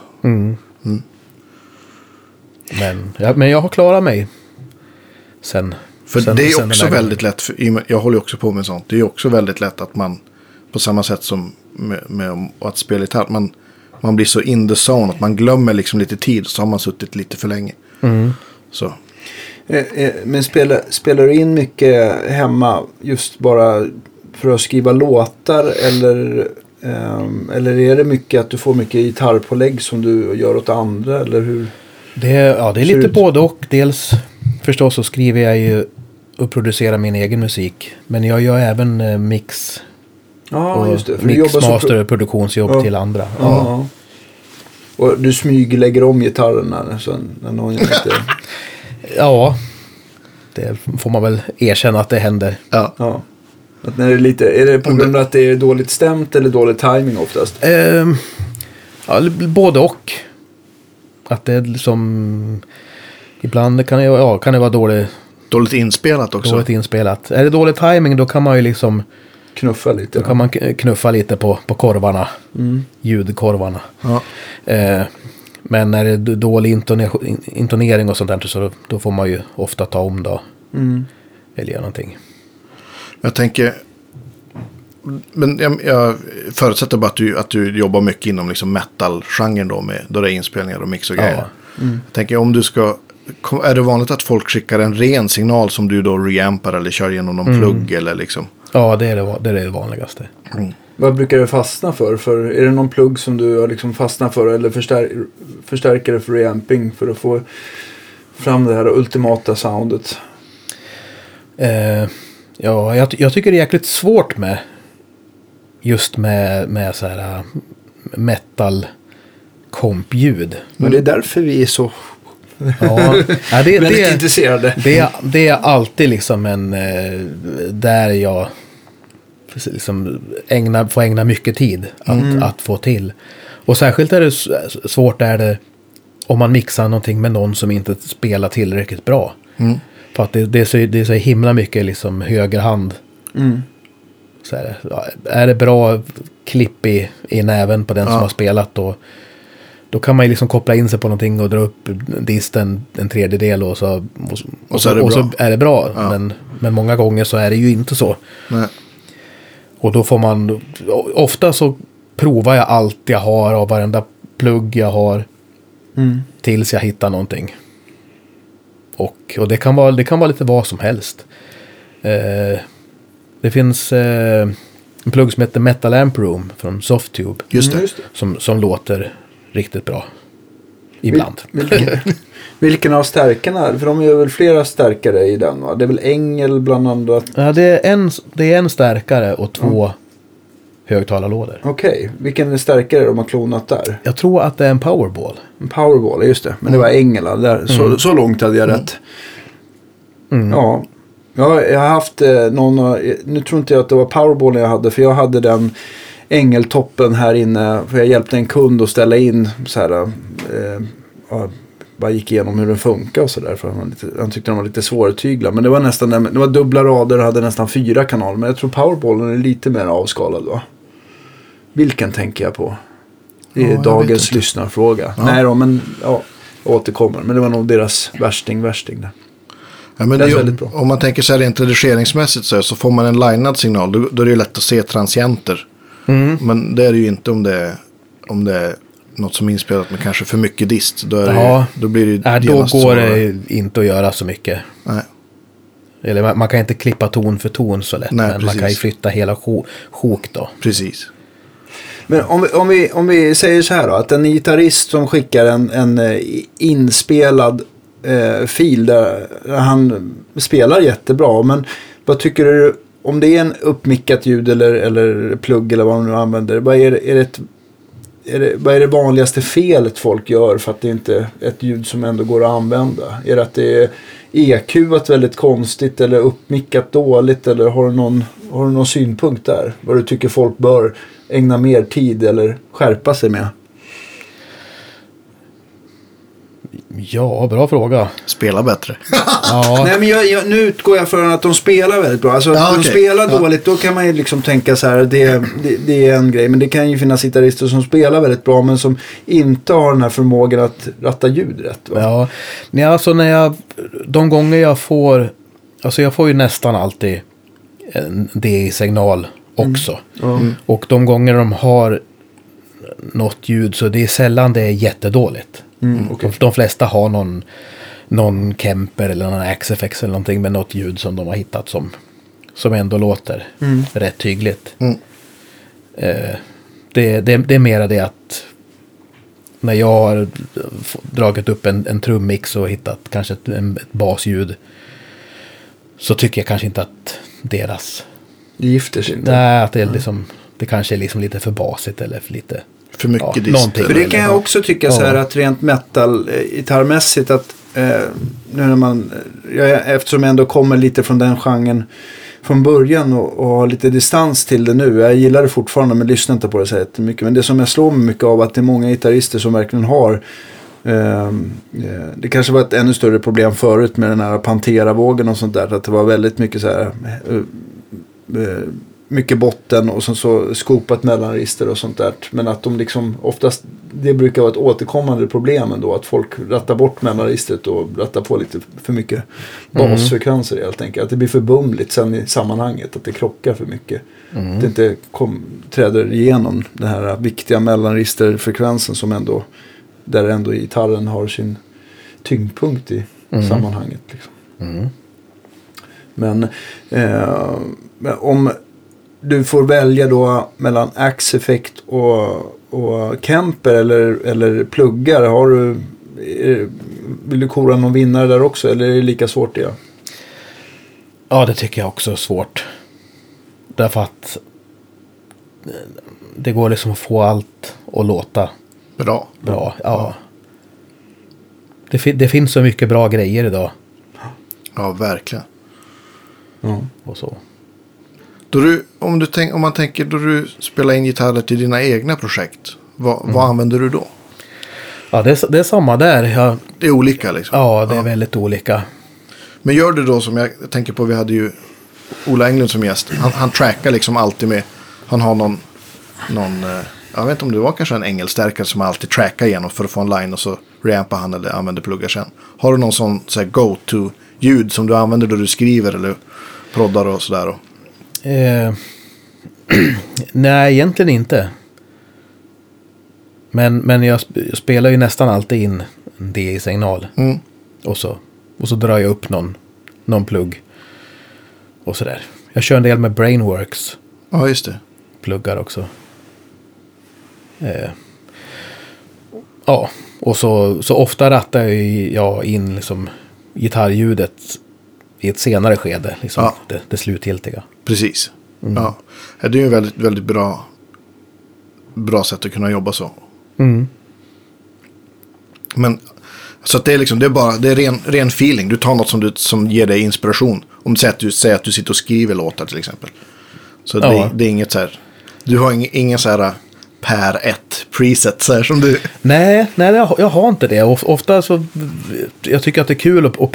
Men jag har klarat mig sen. För det är också väldigt lätt. Jag håller också på med sånt. Det är också väldigt lätt att man, på samma sätt som med att spela gitarr, man blir så in the zone att man glömmer liksom lite tid, så har man suttit lite för länge. Så. Men spelar du in mycket hemma just bara för att skriva låtar, eller Eller är det mycket att du får mycket gitarrpålägg som du gör åt andra? Eller hur? Det är lite både och. Dels förstås så skriver jag ju och producerar min egen musik. Men jag gör även mix. Just det. För mix, master och produktionsjobb till andra. Ja. Och du smyglägger om gitarrerna när någon inte... Ja, det får man väl erkänna att det händer. Ja. Att när det är lite, är det på grund av att det är dåligt stämt eller dålig timing oftast? Både och. Att det är liksom... Ibland kan det vara dåligt inspelat också. Dåligt inspelat. Är det dålig timing då kan man ju liksom... Knuffa lite. Då kan man knuffa lite på korvarna. Ljudkorvarna. Ja. Men när det är dålig intonering och sånt där så då får man ju ofta ta om då. Eller göra någonting. Jag tänker... Men jag förutsätter bara att du jobbar mycket inom liksom metal-genren då det är inspelningar och mix och grejer. Jag tänker om du ska... Är det vanligt att folk skickar en ren signal som du då reampar eller kör igenom någon plugg eller liksom? Ja, det är det vanligaste. Vad brukar det fastna för? Är det någon plugg som du har liksom fastnat för eller förstärker det för reamping för att få fram det här ultimata soundet? Jag tycker det är jäkligt svårt med så här metal kompljud. Men det är därför vi är så väldigt intresserade. Det är alltid liksom där jag liksom får ägna mycket tid att få till. Och särskilt är det svårt om man mixar någonting med någon som inte spelar tillräckligt bra. För att det är så himla mycket liksom högerhand. Så är det bra klipp i näven på den som har spelat då kan man ju liksom koppla in sig på någonting och dra upp disten en tredjedel och så är det bra. Ja. Men många gånger så är det ju inte så. Nej. Och då får man ofta så provar jag allt jag har av varenda plugg jag har tills jag hittar någonting. Och det kan vara lite vad som helst. Det finns en plugg som heter Metal Amp Room från Softube. Just det. Som låter riktigt bra. Ibland. Vilken av stärkarna? För de är väl flera stärkare i den, va? Det är väl Engel bland annat? Ja, det är en stärkare och 2 högtalarlådor. Okej. Vilken stärkare de har klonat där? Jag tror att det är en Powerball. En Powerball, just det. Men det var Engel där. Så långt hade jag rätt. Ja. Jag har haft nu tror inte jag att det var Powerballen jag hade, för jag hade den Engeltoppen här inne, för jag hjälpte en kund att ställa in så här, bara gick igenom hur den funkar och sådär, för han tyckte den var lite svårtyglad, men det var nästan, det var dubbla rader och hade nästan 4 kanaler, men jag tror Powerballen är lite mer avskalad, va? Vilken tänker jag på? Det är dagens lyssnarfråga. Ja. Nej då, men jag återkommer, men det var nog deras värsting där. Ja, men om man tänker så här rent redigeringsmässigt så får man en linead signal, då är det ju lätt att se transienter. Men det är det ju inte om det är något som är inspelat med kanske för mycket dist. Då blir det då går det inte att göra så mycket. Nej. Eller man kan inte klippa ton för ton så lätt. Nej, men man kan ju flytta hela sjok då. Precis. Men om vi säger så här då, att en gitarrist som skickar en inspelad fil där han spelar jättebra, men vad tycker du om det är en uppmickat ljud eller plugg eller vad man nu använder, vad är det vanligaste felet folk gör för att det inte är ett ljud som ändå går att använda? Är det att det är EQat väldigt konstigt eller uppmickat dåligt, eller har du någon synpunkt där? Vad du tycker folk bör ägna mer tid eller skärpa sig med? Ja, bra fråga. Spela bättre. Ja. Nej, men nu utgår jag från att de spelar väldigt bra. Alltså de spelar dåligt, då kan man ju liksom tänka så här, det är en grej. Men det kan ju finnas gitarrister som spelar väldigt bra, men som inte har den här förmågan att ratta ljud rätt, va? Ja, nej, alltså de gånger jag får ju nästan alltid en DI-signal också. Och de gånger de har något ljud, så det är sällan det är jättedåligt. Okay. De flesta har någon Kemper eller någon Axe-FX eller någonting med något ljud som de har hittat som ändå låter rätt tydligt. Det är mera det att när jag har dragit upp en trummix och hittat kanske ett basljud, så tycker jag kanske inte att deras... Det gifter sig inte. Nej, att det är liksom, det kanske är liksom lite för basigt eller för lite... För mycket dist. För det kan jag också tycka så här att rent metal gitarrmässigt att nu när man, eftersom jag ändå kommer lite från den genren från början och har lite distans till det nu. Jag gillar det fortfarande men lyssnar inte på det så här mycket. Men det som jag slår mig mycket av att det är många gitarrister som verkligen har det kanske var ett ännu större problem förut med den här Pantera-vågen och sånt där. Att det var väldigt mycket så här mycket botten och så skopat mellanregister och sånt där. Men att de liksom oftast, det brukar vara ett återkommande problem ändå, att folk rattar bort mellanregistret och rattar på lite för mycket basfrekvenser helt enkelt. Att det blir för bumligt sen i sammanhanget, att det krockar för mycket. Att det inte träder igenom den här viktiga mellanregisterfrekvensen som ändå, där ändå gitarren har sin tyngdpunkt i sammanhanget. Liksom. Men om du får välja då mellan Axe-effekt och Kemper eller pluggar, vill du kora någon vinnare där också, eller är det lika svårt det? Ja, det tycker jag också är svårt. Därför att det går liksom att få allt att låta bra. Ja. Det finns så mycket bra grejer idag. Ja, verkligen. Och så. Om man tänker då du spelar in gitarrer till dina egna projekt, vad använder du då? Ja, det är samma där. Det är olika liksom? Ja, det är väldigt olika. Men gör du då som jag tänker på, vi hade ju Ola Englund som gäst. Han trackar liksom alltid med, han har någon jag vet inte om det var kanske en engelstärkare som alltid trackar igenom för att få en line och så reampar han eller använder pluggar sen. Har du någon sån så här go-to-ljud som du använder då du skriver eller proddar och sådär? Nej, egentligen inte. Men jag spelar ju nästan alltid in en DI-signal. Och så drar jag upp någon plugg. Och sådär. Jag kör en del med Brainworks. Ja, just det. Pluggar också. Ja, och så ofta rattar jag in liksom gitarrljudet i ett senare skede, liksom det slutgiltiga. Precis. Ja. Det är ju en väldigt, väldigt bra sätt att kunna jobba så. Men så att det är liksom, det är ren feeling. Du tar något som ger dig inspiration. Om du säger att du sitter och skriver låtar till exempel. Så det är inget så här, du har ingen så här per ett preset så här som du. Nej, jag har inte det. Ofta så jag tycker att det är kul att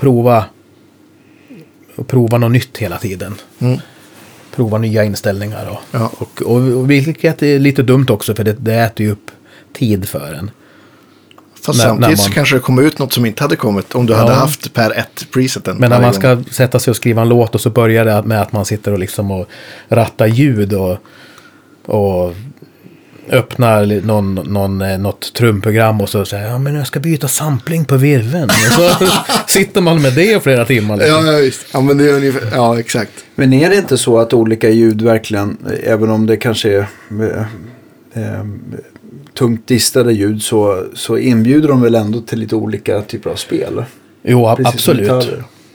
prova något nytt hela tiden. Prova nya inställningar och vilket är lite dumt också, för det äter ju upp tid för en. Fast samtidigt så kanske det kommer ut något som inte hade kommit om du hade haft per ett preseten. Men när man ska sätta sig och skriva en låt och så börjar det med att man sitter och liksom och rattar ljud och öppnar något trumprogram och så säger men jag ska byta sampling på virveln. Och så sitter man med det flera timmar. Liksom. Ja, visst. Ja, men det är ungefär, ja, exakt. Men är det inte så att olika ljud verkligen, även om det kanske är tungt distade ljud, så inbjuder de väl ändå till lite olika typer av spel? Jo, absolut.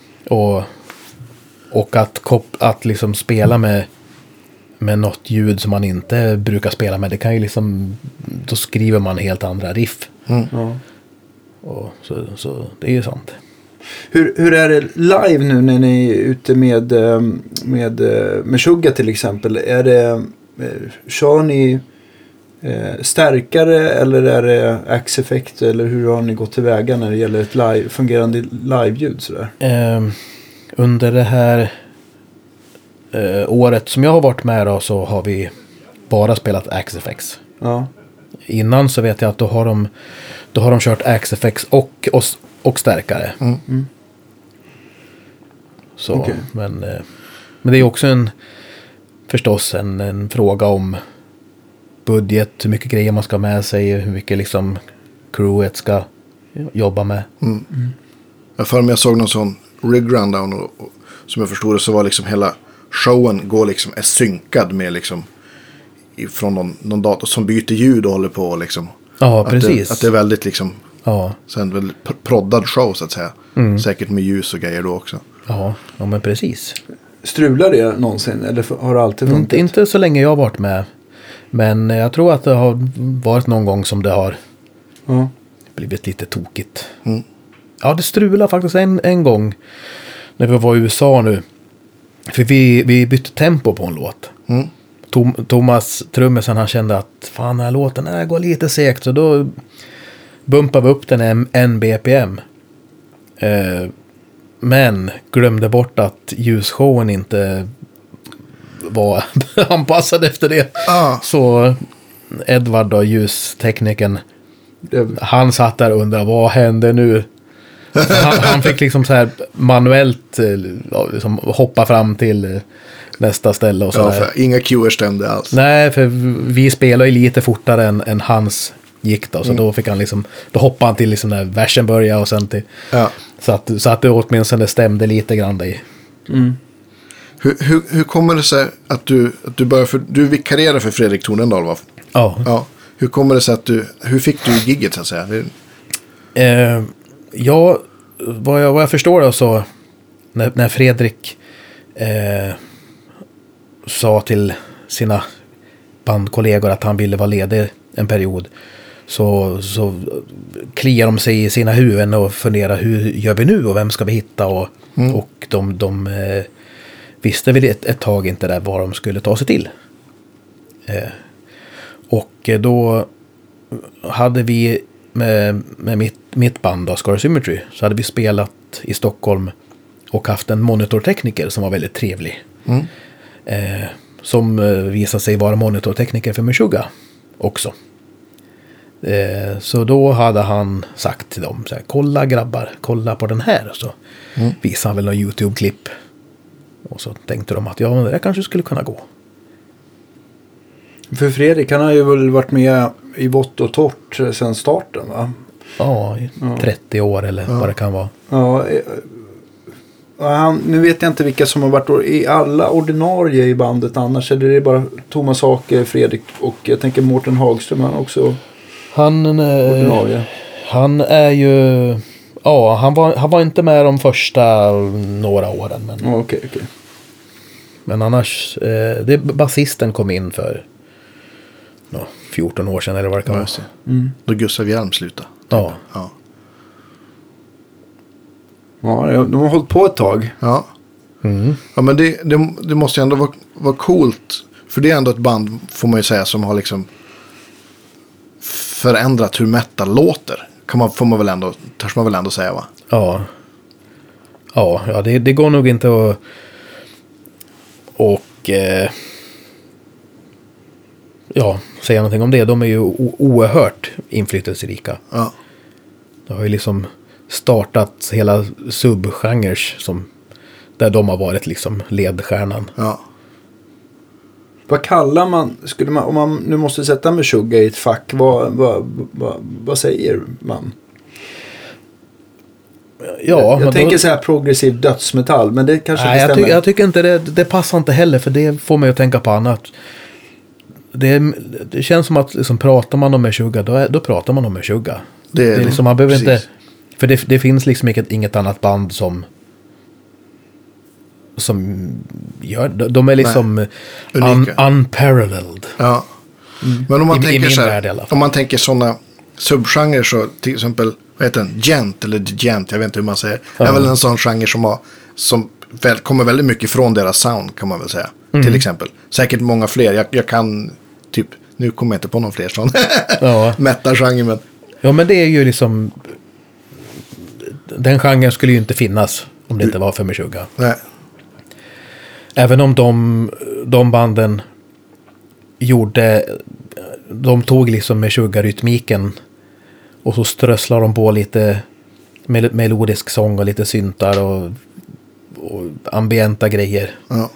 Och att liksom spela med något ljud som man inte brukar spela med, det kan ju liksom, då skriver man helt andra riff. Och så det är ju sant. Hur är det live nu när ni är ute med Sugar till exempel? Kör ni stärkare eller är det Axe-effekt, eller hur har ni gått tillväga när det gäller ett fungerande live-ljud sådär? Under det här året som jag har varit med då, så har vi bara spelat Axe-effects. Ja. Innan så vet jag att då har de kört Axe-effects och stärkare. Så, okay. Men det är också förstås en fråga om budget, hur mycket grejer man ska ha med sig, hur mycket liksom crewet ska jobba med. Jag för mig jag såg någon sån rig rundown och som jag förstod det så var liksom hela showen är synkad med liksom från någon dator som byter ljud och håller på liksom. Ja, precis. Att det är väldigt liksom sen väldigt proddad show så att säga. Säkert med ljus och grejer då också. Ja, men precis. Strular det någonsin eller har det alltid funkat? Inte så länge jag har varit med. Men jag tror att det har varit någon gång som det har blivit lite tokigt. Ja, det strulade faktiskt en gång när vi var i USA nu. För vi bytte tempo på en låt. Thomas trummisen, han kände att fan, den här låten går lite segt. Så då bumpade vi upp den en BPM. Men glömde bort att ljusshowen inte var anpassad efter det. Så Edvard då, ljustekniken, han satt där och undrade, vad hände nu? Han fick liksom så här manuellt liksom hoppa fram till nästa ställe och så där. För inga cuer stämde alls. Nej, för vi spelar ju lite fortare än hans gick då. Så då fick han liksom, då hoppade han till liksom när versen började och sen till så att det åtminstone stämde lite grann där. Hur kommer det sig att du började du vikarierar för Fredrik Tornendal, va? Ja. Hur kommer det sig att hur fick du gigget så att säga? Vad jag förstår då, så när Fredrik sa till sina bandkollegor att han ville vara ledig en period, så kliar de sig i sina huvuden och funderar, hur gör vi nu och vem ska vi hitta, och de visste väl ett tag inte där vad de skulle ta sig till. Och då hade vi med mitt band då, Scar Symmetry, så hade vi spelat i Stockholm och haft en monitortekniker som var väldigt trevlig. Som visade sig vara monitortekniker för Meshuggah också. Så då hade han sagt till dem så här, kolla grabbar, kolla på den här, och så visade han väl någon YouTube-klipp. Och så tänkte de att det där kanske skulle kunna gå. För Fredrik, han har ju väl varit med i vått och torrt sedan starten, va? Ja, 30 år eller vad det kan vara. Ja, nu vet jag inte vilka som har varit i alla ordinarie i bandet annars. Eller är det bara Thomas Hake, Fredrik och jag tänker Mårten Hagström, han också ordinarie. Han är ju... Ja, han var inte med de första några åren. Men, okej. Men annars, basisten kom in för 14 år sedan eller vad det kan vara. Då Gustav Hjelm slutade. Ja. Ja, de har hållit på ett tag. Ja. Ja, men det måste ju ändå vara coolt. För det är ändå ett band, får man ju säga, som har liksom förändrat hur metal låter. Törs man väl ändå säga, va? Ja, det går nog inte att säga någonting om det. De är ju oerhört inflytelserika. Ja. Det har ju liksom startat hela subgenres där de har varit liksom ledstjärnan. Ja. Vad kallar man, om man nu måste sätta Meshuggah i ett fack, vad säger man? Ja, jag tänker så här progressiv dödsmetall, men det kanske inte stämmer. Jag tycker inte det passar inte heller, för det får mig att tänka på annat. Det känns som att liksom, pratar man om Meshuggah, då pratar man om Meshuggah. Det är liksom, man behöver inte, för det finns liksom inget annat band som gör, de är liksom unparalleled. Ja. Men om man tänker så här, om man tänker sådana subgenrer, så till exempel, vad heter den? Gent eller Gent, jag vet inte hur man säger. Det är väl en sån genre som kommer väldigt mycket från deras sound, kan man väl säga. Till exempel. Säkert många fler. Jag kan typ, nu kommer jag inte på någon fler sån metal-genre, men... Ja, men det är ju liksom, den genren skulle ju inte finnas om det inte var för Meshuggah. Nej. Även om de banden de tog liksom Meshuggah-rytmiken och så strösslar de på lite melodisk sång och lite syntar och ambienta grejer. Ja.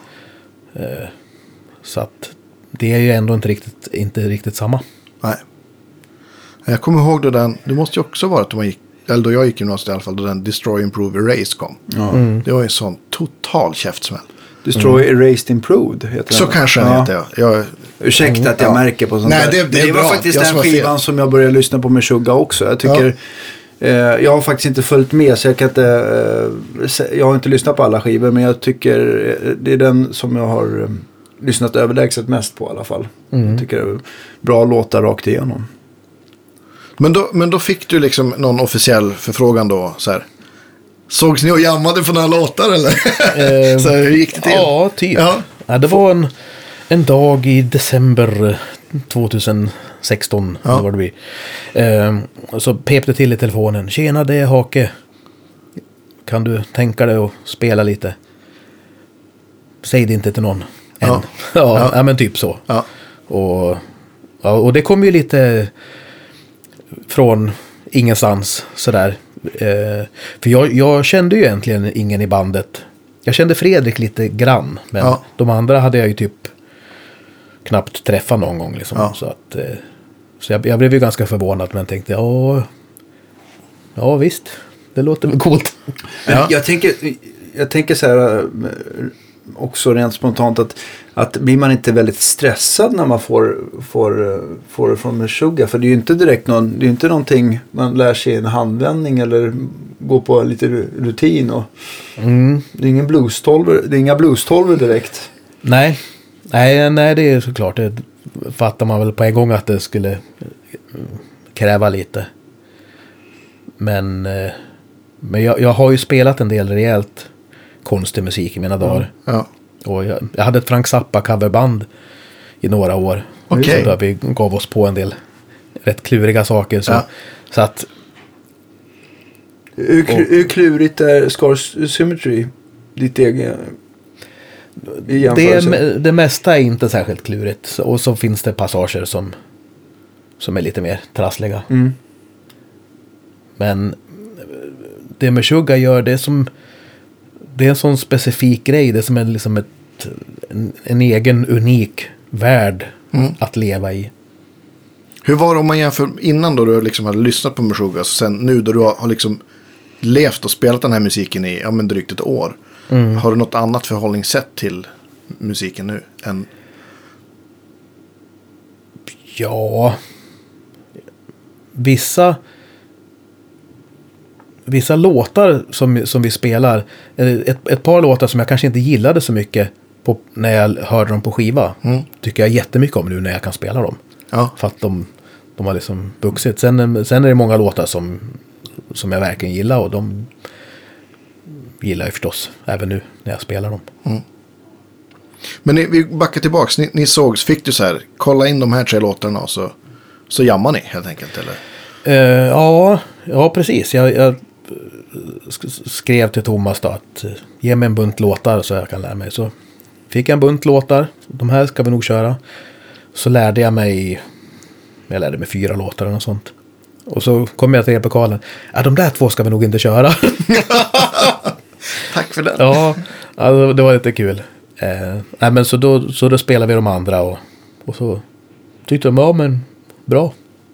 Så att det är ju ändå inte riktigt samma. Nej. Jag kommer ihåg det måste ju också vara att då jag gick i gymnasiet i alla fall, då den Destroy, Improve, Erase kom. Ja. Det var en sån total käftsmäll. Destroy, Erased, Improved heter så den. Kanske den heter, jag Ursäkta att jag märker på sånt. Nej, där. Det var bra. faktiskt den skivan som jag började lyssna på med Shugga också. Jag tycker... jag har faktiskt inte följt med så jag kan inte... jag har inte lyssnat på alla skivor men jag tycker det är den som jag har lyssnat överlägset mest på i alla fall. Jag tycker det är bra låtar rakt igenom. Men då fick du liksom någon officiell förfrågan då så här. Sågs ni och jammade för några låtar eller? Så hur gick det till? Ja, typ. Ja, det var en dag i december 2016 var det blir. Så pep det till i telefonen. Tjena, det är Hake. Kan du tänka dig att spela lite? Säg det inte till någon än. Ja, men typ så. Ja. Och det kom ju lite från ingenstans sådär. För jag kände ju egentligen ingen i bandet. Jag kände Fredrik lite grann. Men de andra hade jag ju typ knappt träffat någon gång liksom. Så jag blev ju ganska förvånad men tänkte ja visst, det låter väl coolt. Jag tänker så här också rent spontant att blir man inte väldigt stressad när man får det från Meshuggah, för det är ju inte direkt det är inte någonting man lär sig i en handvändning eller går på lite rutin och det är ingen blues-tolver, det är inga blues-tolver direkt. Nej, det är såklart, det fattar man väl på en gång att det skulle kräva lite. Men jag har ju spelat en del rejält konstig musik i mina dagar. Ja. Och jag hade ett Frank Zappa coverband i några år. Okay. Så där vi gav oss på en del rätt kluriga saker. Så att... Hur klurigt är Scars Symmetry? Ditt eget... Det mesta är inte särskilt klurigt. Och så finns det passager som är lite mer trassliga. Men det Meshuggah gör, det är en sån specifik grej. Det som är liksom en egen unik värld att leva i. Hur var det om man jämför innan då du liksom hade lyssnat på Meshuggah och sen nu då du har liksom levt och spelat den här musiken i drygt ett år. Har du något annat förhållningssätt till musiken nu än... Ja, vissa låtar som vi spelar, ett par låtar som jag kanske inte gillade så mycket när jag hörde dem på skiva, tycker jag jättemycket om nu när jag kan spela dem. Ja. För att de har liksom vuxit. Sen är det många låtar som jag verkligen gillar, och de gillar jag förstås även nu när jag spelar dem. Men vi backar tillbaks, ni sågs, fick du så här, kolla in de här 3 låtarna och så jammar ni helt enkelt, eller? Ja, precis. Jag skrev till Thomas då att ge mig en bunt låtar så jag kan lära mig. Så fick jag en bunt låtar, de här ska vi nog köra. Så lärde jag mig 4 låtar eller något sånt. Och så kom jag till replikalen. De där 2 ska vi nog inte köra. Tack för den. Ja, alltså, det var lite kul. Men så då spelade vi de andra och så tyckte de, men bra.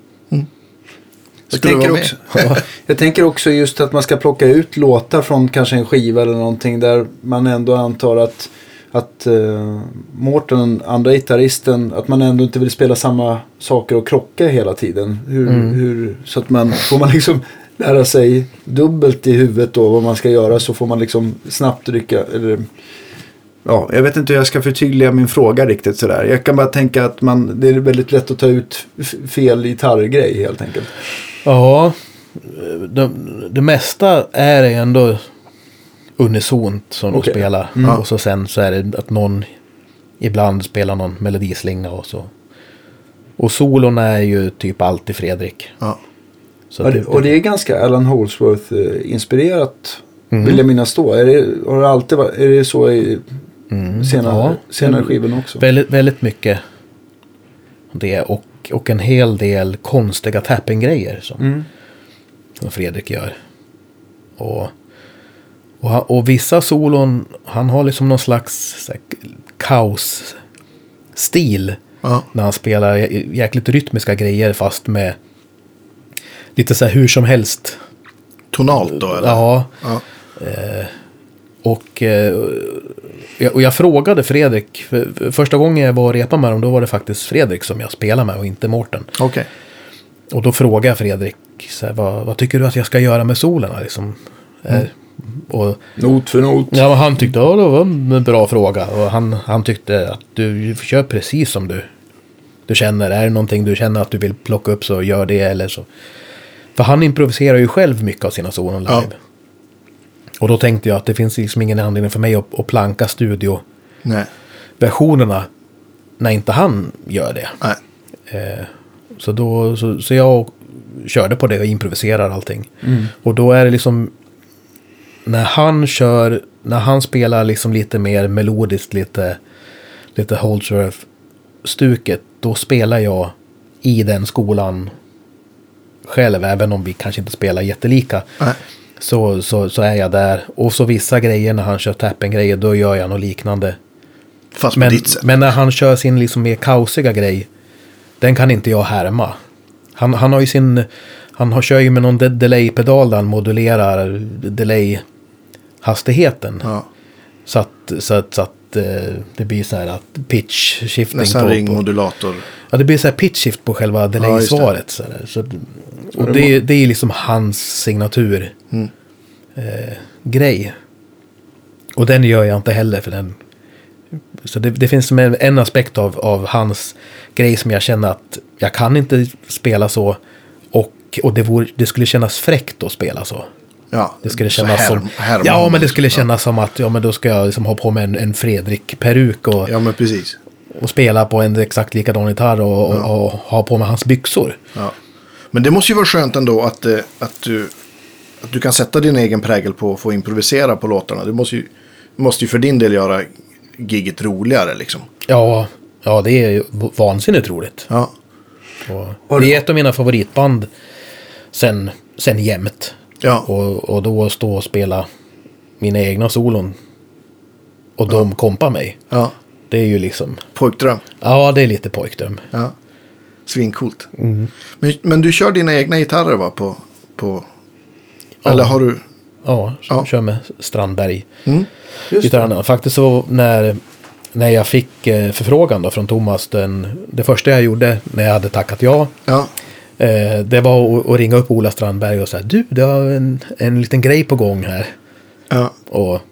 Jag tänker också just att man ska plocka ut låtar från kanske en skiva eller någonting där man ändå antar att Mårten, andra gitarristen, att man ändå inte vill spela samma saker och krocka hela tiden. Så att får man liksom lära sig dubbelt i huvudet då vad man ska göra, så får man liksom snabbt rycka eller... Ja, jag vet inte hur jag ska förtydliga min fråga riktigt sådär. Jag kan bara tänka att det är väldigt lätt att ta ut fel gitarrgrej helt enkelt. Ja, det mesta är ändå unisont som de spelar. Och så sen så är det att någon ibland spelar någon melodislinga och så. Och solon är ju typ alltid Fredrik. Ja. Så och det är ganska Alan Holdsworth inspirerat, vill jag minnas då. Är det så i senare skivan också? Väldigt, väldigt mycket det, och en hel del konstiga tapping-grejer som Fredrik gör. Och vissa solon, han har liksom någon slags kaos-stil när han spelar jäkligt rytmiska grejer fast med lite så här hur som helst. Tonalt då, eller? Ja. Och jag frågade Fredrik, första gången jag var och repade med dem, då var det faktiskt Fredrik som jag spelade med och inte Mårten. Okej. Och då frågade jag Fredrik, så här, vad tycker du att jag ska göra med solerna? Liksom? Och, not för not. Ja, men han tyckte det var en bra fråga. Och han tyckte att du kör precis som du känner. Är det någonting du känner att du vill plocka upp, så gör det eller så. För han improviserar ju själv mycket av sina solon live. Ja. Och då tänkte jag att det finns liksom ingen anledning för mig att planka studioversionerna när inte han gör det. Nej. Så jag körde på det och improviserar allting. Och då är det liksom när han spelar liksom lite mer melodiskt, lite Holdsworth-stuket, då spelar jag i den skolan själv, även om vi kanske inte spelar jättelika. Nej. Så är jag där. Och så vissa grejer när han kör tappen-grejer, då gör jag något liknande. Fast på ditt sätt. Men när han kör sin liksom mer kaosiga grej, den kan inte jag härma. Han har ju kör ju med någon delay-pedal där han modulerar delay-hastigheten. Ja. Så att det blir så här att pitch-shifting. Nästan ringmodulator. Ja, det blir så här pitch-shift på själva delay-svaret. Ja, och det är liksom hans signatur grej. Och den gör jag inte heller för den. Så det finns som en aspekt av hans grej som jag känner att jag kan inte spela så, och det skulle kännas fräckt att spela så. Ja, det skulle kännas som men det skulle kännas som att men då ska jag liksom ha på mig en Fredrik-peruk och, men precis. Och spela på en exakt likadan gitarr och ha på mig hans byxor. Ja. Men det måste ju vara skönt ändå att du kan sätta din egen prägel på att få improvisera på låtarna. Det måste ju för din del göra gigget roligare liksom. Ja, det är ju vansinnigt roligt. Ja. Och det är ett av mina favoritband sen jämt. Ja. Och då stå och spela mina egna solon och de kompar mig. Ja. Det är ju liksom pojkdröm. Ja, det är lite pojkdröm. Ja. Svincoolt. Men du kör dina egna gitarrer va på eller har du? Ja, kör med Strandberg. Gitarrerna. Faktiskt så när jag fick förfrågan då från Thomas, det första jag gjorde när jag hade tackat ja. Det var att ringa upp Ola Strandberg och säga, du, det har en liten grej på gång här. Ja. Och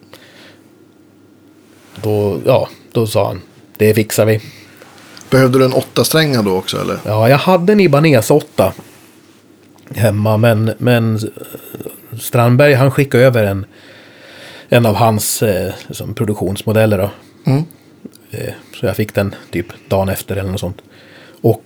då sa han, det fixar vi. Behövde du en 8-stränga då också eller? Ja, jag hade en Ibanez 8 hemma, men Strandberg han skickade över en av hans produktionsmodeller då. Så jag fick den typ dagen efter eller något sånt. Och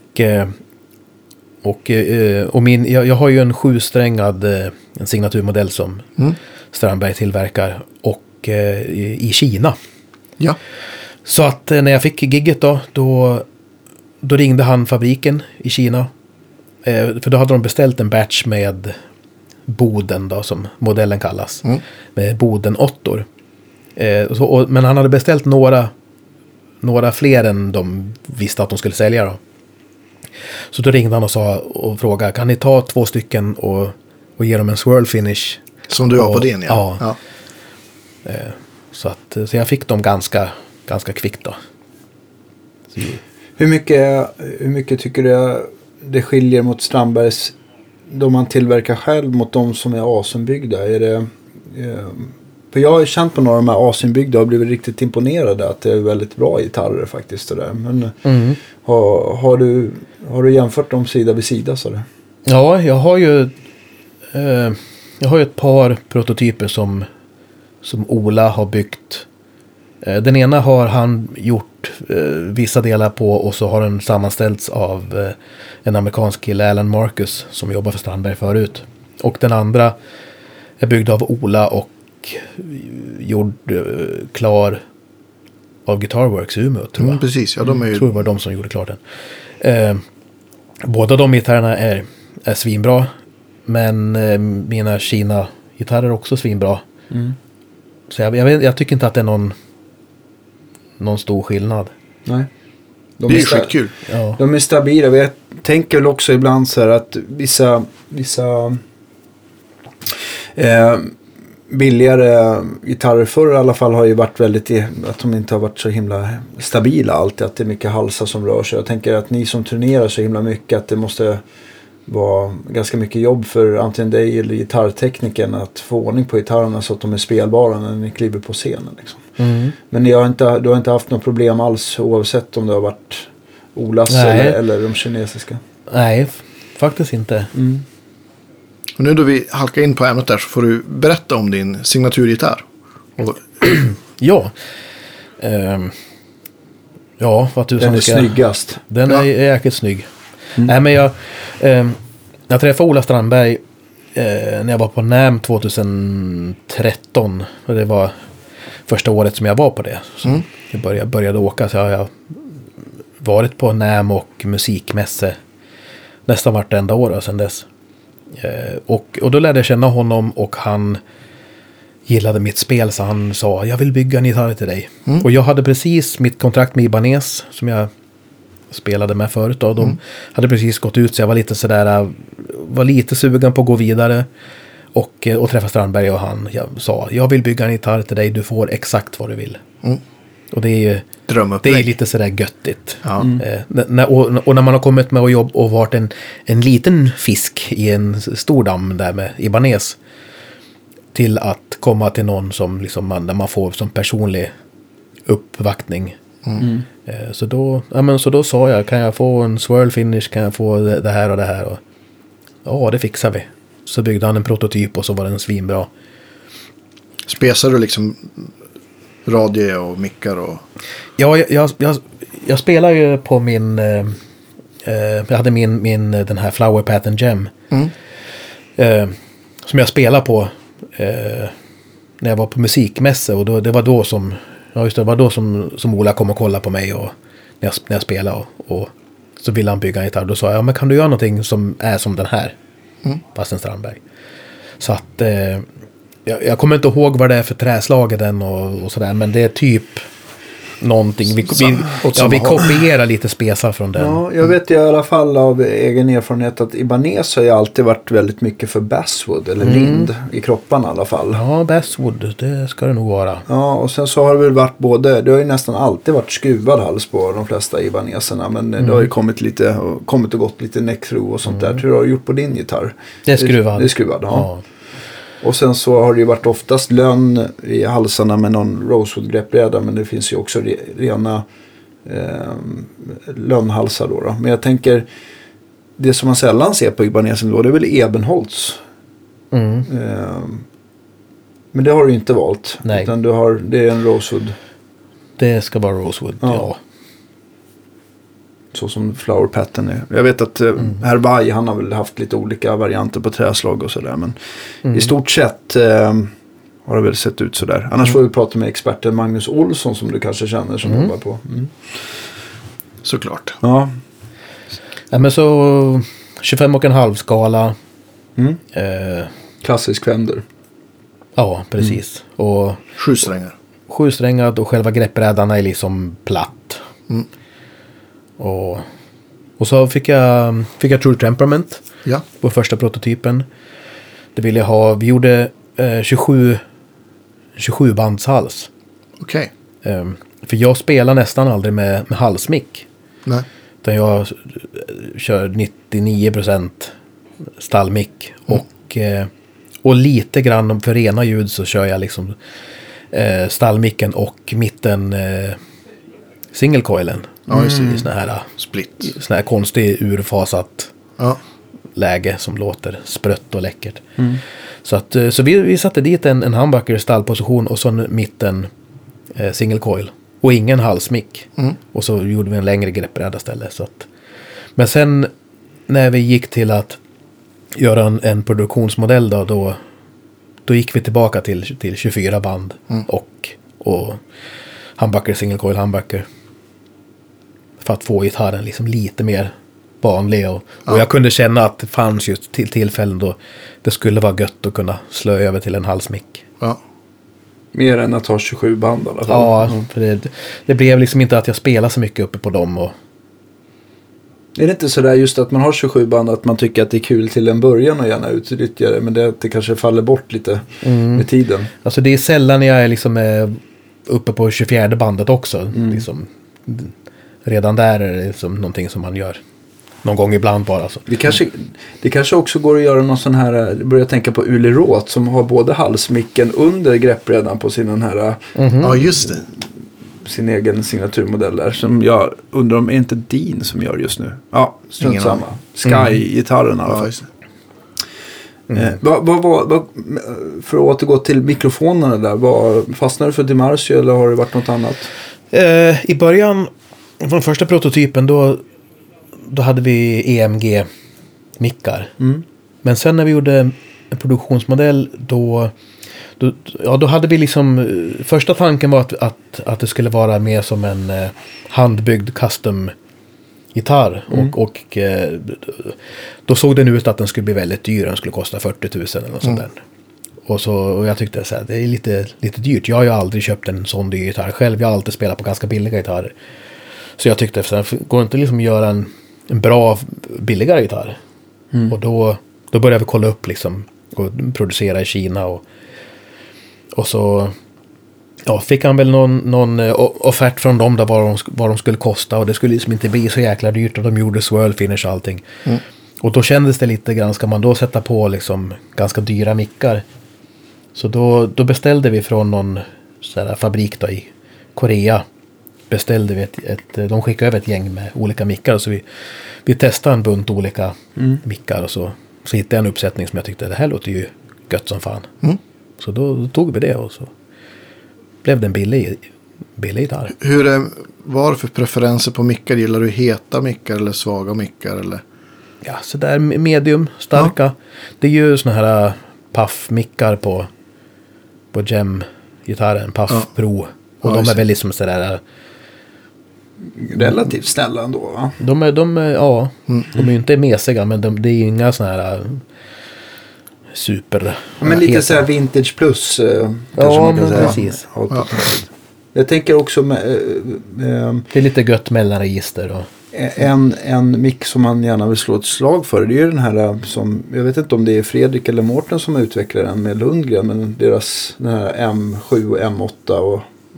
jag har ju en 7-strängad en signaturmodell som Strandberg tillverkar och i Kina. Ja. Så att när jag fick gigget då ringde han fabriken i Kina. För då hade de beställt en batch med Boden då, som modellen kallas. Med Boden 8. Men han hade beställt några fler än de visste att de skulle sälja då. Så då ringde han och frågade, kan ni ta 2 stycken och ge dem en swirl finish? Som du har på din, ja. Så jag fick dem ganska kvickt då. Så. Hur mycket tycker du det skiljer mot Strandbergs, de man tillverkar själv, mot de som är asenbyggda? Är det... För jag har känt på några av de här asenbyggda och blivit riktigt imponerade att det är väldigt bra gitarrer faktiskt. Så där. Men har du jämfört dem sida vid sida? Så där? Ja, jag har ju ett par prototyper som Ola har byggt. Den ena har han gjort vissa delar på, och så har den sammanställts av en amerikansk kille, Alan Marcus, som jobbar för Strandberg förut. Och den andra är byggd av Ola och gjord klar av Guitarworks i Umeå, tror jag. Precis, ja, de är ju... tror det var de som gjorde klart den. Båda de gitarrerna är svinbra, men mina Kina-gitarrer är också svinbra. Så jag tycker inte att det är någon stor skillnad. Nej. Det är skitkul. Ja. De är stabila. Jag tänker väl också ibland så här att vissa billigare gitarrer förr i alla fall har ju varit väldigt, att de inte har varit så himla stabila alltid, att det är mycket halsar som rör sig. Jag tänker att ni som turnerar så himla mycket, att det måste vara ganska mycket jobb för antingen dig eller gitarrtekniken att få ordning på gitarrerna så att de är spelbara när ni kliver på scenen liksom. Men du har inte haft något problem alls oavsett om det har varit Olas eller de kinesiska? Nej, faktiskt inte. Och nu då vi halkar in på ämnet där så får du berätta om din signaturgitarr. Ja. Ja, vad du den är snyggast. Den är jäkligt snygg. Nej, men jag träffade Ola Strandberg när jag var på NAMM 2013. Och det var första året som jag var på det. Så jag började åka, så jag har varit på NAMM och musikmässe nästan vartenda år sedan dess. Och då lärde jag känna honom, och han gillade mitt spel, så han sa, jag vill bygga en gitarr till dig. Och jag hade precis mitt kontrakt med Ibanez som jag spelade med förut då. De hade precis gått ut, så jag var lite sugen på att gå vidare och träffa Strandberg, och jag sa, jag vill bygga en gitarr till dig, du får exakt vad du vill. Och det är ju lite sådär göttigt. Och när man har kommit med och och varit en liten fisk i en stor damm där med Ibanez, till att komma till någon som liksom där man får som personlig uppvaktning. Så då sa jag, kan jag få en swirl finish, kan jag få det här och det här, och ja, det fixar vi. Så byggde han en prototyp, och så var den svinbra. Spesar du liksom radie och mickar och... Ja, jag spelar ju på min... jag hade den här Flower Pattern Gem. Som jag spelade på när jag var på musikmässe. Och det var då som... Ja, just det, var då som Ola kom och kollade på mig och när jag spelade. Och så ville han bygga en gitarr. Då sa jag, men kan du göra någonting som är som den här? Fast en Strandberg. Så att... Jag kommer inte ihåg vad det är för träslag i den och sådär, men det är typ någonting. Vi kopierar lite spesar från den. Ja, jag vet i alla fall av egen erfarenhet att Ibanez har ju alltid varit väldigt mycket för basswood eller lind i kropparna i alla fall. Ja, basswood, det ska det nog vara. Ja, och sen så har det väl varit det har ju nästan alltid varit skruvad hals på de flesta Ibaneserna, men det har ju kommit och gått lite neck-through och sånt där. Hur har du gjort på din gitarr? Det är skruvad. Det är skruvad, ja. Och sen så har det ju varit oftast lönn i halsarna med någon rosewood-greppbräda, men det finns ju också rena lönnhalsar då. Men jag tänker, det som man sällan ser på Ibanesen då, det är väl Ebenholts. Men det har du inte valt. Nej. Utan det är en rosewood. Det ska vara rosewood, ja. Så som Flower Pattern är. Jag vet att herr Vaj, han har väl haft lite olika varianter på träslag och sådär. Men i stort sett har det väl sett ut sådär. Annars får vi prata med experten Magnus Olsson som du kanske känner som jobbar på. Såklart. Ja. Ja, men så 25,5 skala. Klassisk Fender. Ja, precis. Och 7 strängar. 7 strängar, och själva greppbrädan är liksom platt. Och så fick jag True Temperament på första prototypen. Det ville jag ha. Vi gjorde 27 bandshals. Okej. För jag spelar nästan aldrig med halsmick. Nej. Utan jag kör 99% stallmick. Och lite grann för rena ljud så kör jag liksom stallmicken och mitten single-coilen. Ja, just det. I sån här konstig urfasat läge som låter sprött och läckert. Så vi satte dit en humbucker stallposition och så mitten single coil och ingen halsmick. Och så gjorde vi en längre greppbräda istället. Men sen när vi gick till att göra en produktionsmodell då gick vi tillbaka till 24 band och humbucker, single coil humbucker. För att få gitarren liksom lite mer vanlig. Och jag kunde känna att det fanns just tillfällen då det skulle vara gött att kunna slå över till en halsmick. Ja. Mer än att ha 27 band i alla fall. Ja, för det blev liksom inte att jag spelade så mycket uppe på dem. Är det inte sådär just att man har 27 band att man tycker att det är kul till en början och gärna utnyttja det, men det kanske faller bort lite med tiden? Alltså det är sällan jag är liksom uppe på 24 bandet också. Liksom, redan där är det liksom någonting som man gör någon gång ibland bara. Alltså. Det kanske också går att göra någon sån här, börja tänka på Uli Roth som har både halsmicken under greppbrädan på sin här... Ja, just det. Sin egen signaturmodell där. Som jag undrar om är inte Dean som gör just nu. Ja, strunt samma. Sky-gitarren i alla fall. För att återgå till mikrofonerna där. Fastnade du för DiMarzio eller har det varit något annat? I början, från första prototypen, då hade vi EMG-mickar. Men sen när vi gjorde en produktionsmodell då hade vi liksom, första tanken var att det skulle vara mer som en handbyggd custom-gitarr. Och då såg den ut att den skulle bli väldigt dyr. Den skulle kosta 40 000 eller något sånt där. Och jag tyckte så här, det är lite dyrt. Jag har ju aldrig köpt en sån dyr gitarr själv. Jag har alltid spelat på ganska billiga gitarrer. Så jag tyckte så här, går det inte liksom att göra en bra, billigare gitarr? Och då började vi kolla upp liksom och producera i Kina och så fick han väl någon offert från dem där vad de skulle kosta, och det skulle liksom inte bli så jäkla dyrt, och de gjorde swirl finish och allting. Och då kändes det lite grann, ska man då sätta på liksom ganska dyra mickar? Så då beställde vi från någon sån fabrik då i Korea, beställde vi de skickade över ett gäng med olika mickar, så vi testade en bunt olika mickar, och så hittade jag en uppsättning som jag tyckte, det här låter ju gött som fan. Så då tog vi det, och så blev det en billig gitarr. Vad har du för preferenser på mickar? Gillar du heta mickar eller svaga mickar? Eller? Ja, så där medium, starka. Ja. Det är ju såna här Puff-mickar på Gem-gitarren, Puff Pro. Och de är väl liksom sådär... Relativt snälla ändå, va? De är ju inte mesiga, men det är ju inga såna här... super. Men lite så här vintage plus. Ja, men precis. Ja. Jag tänker också med... det är lite gött mellanregister. Och... En mick som man gärna vill slå ett slag för, det är ju den här som, jag vet inte om det är Fredrik eller Mårten som utvecklar den med Lundgren, men den här M7 och M8 och...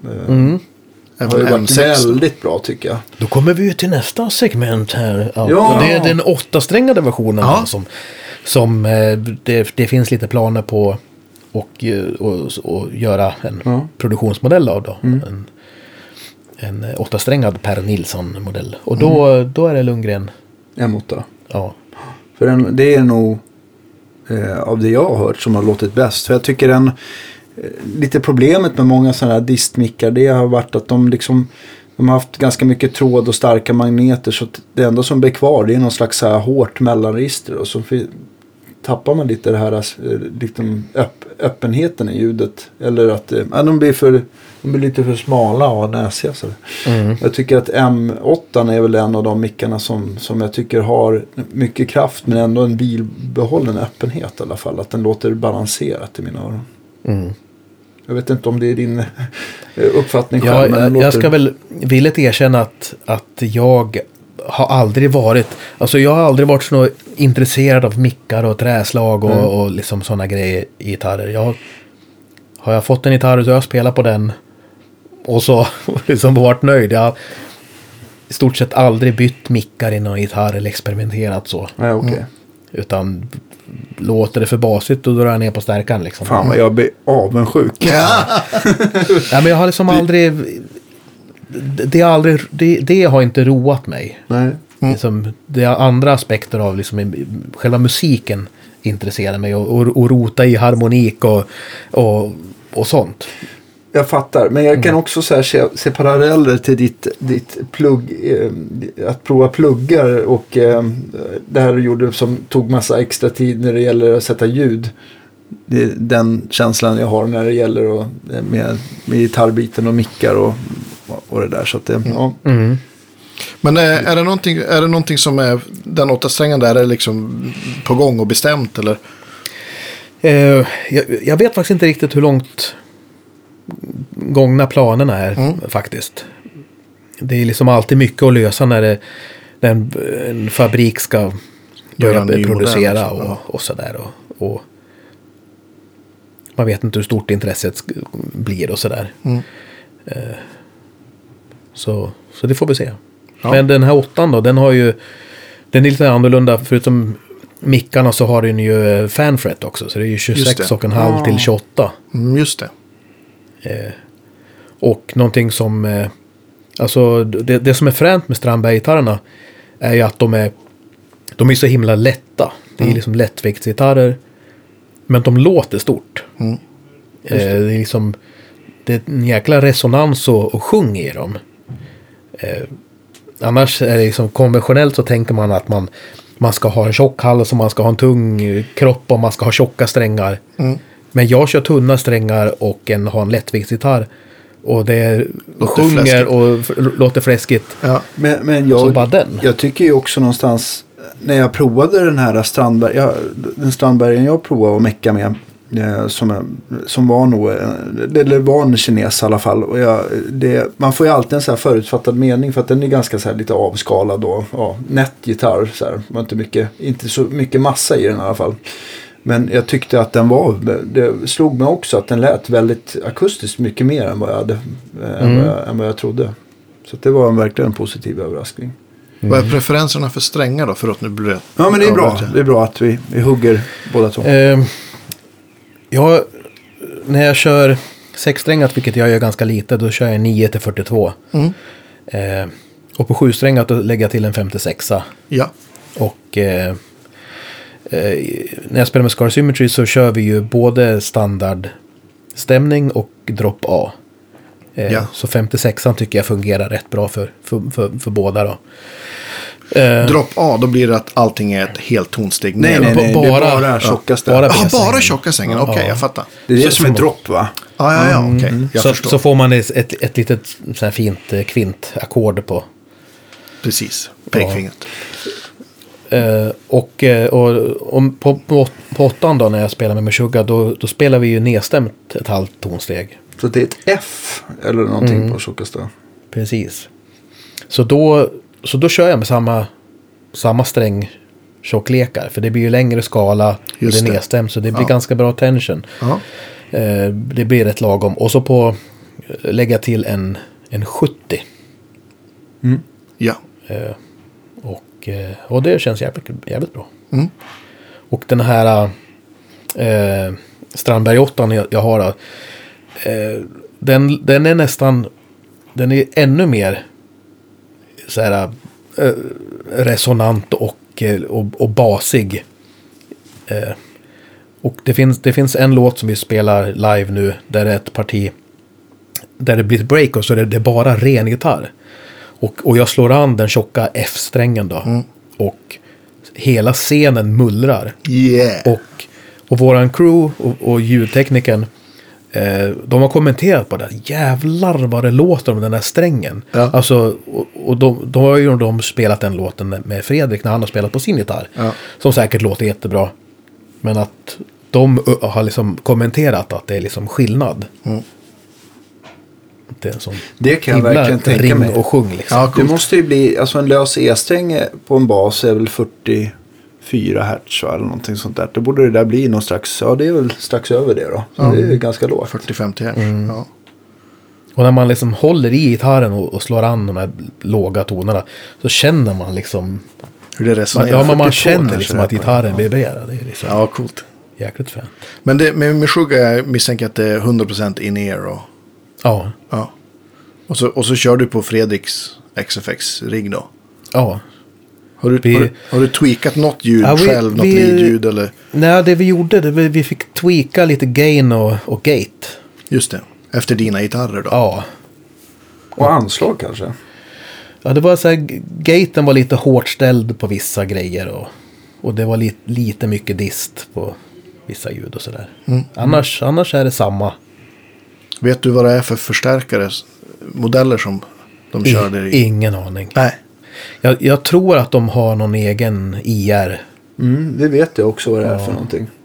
har ju varit väldigt bra, tycker jag. Då kommer vi ju till nästa segment här. Ja. Det är den 8-strängade versionen som det finns lite planer på och göra en produktionsmodell av då. En 8-strängad Per Nilsson-modell. Och då är det Lundgren M8. Ja. För det är nog av det jag har hört som har låtit bäst. För jag tycker lite problemet med många sådana här distmickar, det har varit att de har haft ganska mycket tråd och starka magneter, så det enda som blir kvar, det är någon slags så här hårt mellanregister, och så tappar man lite det här liksom öppenheten i ljudet, eller att de blir lite för smala och näsiga så. Jag tycker att M8 är väl en av de mickarna som jag tycker har mycket kraft, men ändå en bibehållen öppenhet i alla fall, att den låter balanserat i mina öron. Jag vet inte om det är din uppfattning själv. Men jag ska väl villigt erkänna att jag har aldrig varit... Alltså jag har aldrig varit så intresserad av mickar och träslag och liksom sådana grejer i gitarrer. Har jag fått en gitarr så har jag spelat på den och så liksom varit nöjd. Jag har i stort sett aldrig bytt mickar i någon gitarr eller experimenterat så. Ja, okej. Utan låter det för basigt och drar jag ner på stärkan liksom. Fan vad jag blir avundsjuk. Ja, men jag har liksom aldrig... Det har inte roat mig. Nej. Liksom, det är andra aspekter av liksom, själva musiken intresserar mig, och rota i harmonik och sånt. Jag fattar, men jag kan också så här se paralleller till ditt plugg, att prova pluggar och det här du gjorde som tog massa extra tid när det gäller att sätta ljud. Det är den känslan jag har när det gäller med gitarrbiten och mickar och det där, så att det, ja. Men är det någonting som är den 8-strängen där är liksom på gång och bestämt, eller? Jag vet faktiskt inte riktigt hur långt gångna planerna är faktiskt. Det är liksom alltid mycket att lösa när en fabrik ska börja producera och sådär. Och man vet inte hur stort intresset blir och sådär. Så det får vi se. Ja. Men den här 8 då, den är lite annorlunda. Förutom mickarna så har den ju fanfret också. Så det är ju 26,5 till 28. Just det. Och någonting som... alltså det som är fränt med Strandberg-gitarrerna är ju att de är så himla lätta. Det är liksom lättviktsgitarrer. Men de låter stort. Det är liksom... Det är en jäkla resonans och sjung i dem. Annars är det liksom konventionellt så tänker man att man ska ha en tjock hals och man ska ha en tung kropp och man ska ha tjocka strängar. Men jag kör tunna strängar och har en lättviktsgitarr. Och det sjunger fläskigt. Och låter fläskigt. Ja. Men jag tycker ju också någonstans när jag provade den här den Strandbergen jag provade att mecka med som var nog eller var en kines i alla fall och man får ju alltid en så här förutfattad mening för att den är ganska så här lite avskalad och nätt gitarr så här, var inte så mycket massa i den i alla fall. Men jag tyckte att det slog mig också att den lät väldigt akustiskt mycket mer än vad jag trodde. Så det var verkligen en positiv överraskning. Vad är preferenserna för strängar då? För att nu blir det... Ja, men det är bra. Det är bra att vi hugger båda två. När jag kör 6-strängat, vilket jag gör ganska lite, då kör jag 9-42. Och på 7-strängat då lägger jag till en 56. Ja. Och när jag spelar med Scar Symmetry så kör vi ju både standardstämning och drop A. Så 56an tycker jag fungerar rätt bra för båda då. Drop A, då blir det att allting är ett helt tonsteg. Nej, det är bara tjocka strängar. Bara tjocka strängar, okej, jag fattar. Det är det som är drop, va? Ja, okej. Jag förstår. Så får man ett litet så här fint kvintackord på. Precis, pekfingret. Och på 8 då när jag spelar med Meshuggah då spelar vi ju nedstämt ett halvt tonsteg. Så det är ett F eller någonting på tjockaste. Precis. Så då kör jag med samma strängtjocklekar. För det blir ju längre skala och det är nedstämt. Så det blir ganska bra tension. Det blir rätt lagom. Och så lägga till en 70. Ja. Och det känns jävligt bra. Och den här Strandberg 8 jag har då, den är nästan, den är ännu mer så här resonant och basig. Och det finns en låt som vi spelar live nu där det är ett parti där det blir ett break och så är det bara ren gitarr. Och jag slår an den tjocka F-strängen då. Och hela scenen mullrar. Yeah. Och våran crew och ljudtekniken de har kommenterat på det. Jävlar vad det låter om den där strängen. Ja. Alltså, och då har ju de spelat den låten med Fredrik när han har spelat på sin gitarr. Ja. Som säkert låter jättebra. Men att de har liksom kommenterat att det är liksom skillnad. Det är en sån det kan jag verkligen tänka mig. Och sjung liksom. Ja, det måste ju bli, alltså en lös E-sträng på en bas är väl 44 hertz eller någonting sånt där. Då borde det där bli någon strax, det är väl strax över det då. Så det är ganska lågt. 40-50 hertz. Ja. Och när man liksom håller i gitarren och slår an de här låga tonerna så känner man liksom hur det resonerar. Man känner liksom att gitarren vibrerar. Det är liksom ja, coolt. Jäkligt fint. Men det, med Meshuggah jag misstänker att det är 100% in-ear och ja. Och så kör du på Fredriks XFX-rigg då? Ja. Har du tweakat något ljud själv? Något lead-ljud eller? Nej, det vi gjorde, vi fick tweaka lite gain och gate. Just det. Efter dina gitarrer då? Ja. Och anslag kanske? Ja, det var så här, gaten var lite hårt ställd på vissa grejer och det var lite mycket dist på vissa ljud och sådär. Annars är det samma. Vet du vad det är för förstärkare modeller som de körde i? Ingen aning. Nej. Jag tror att de har någon egen IR. Det vet jag också vad det är för någonting.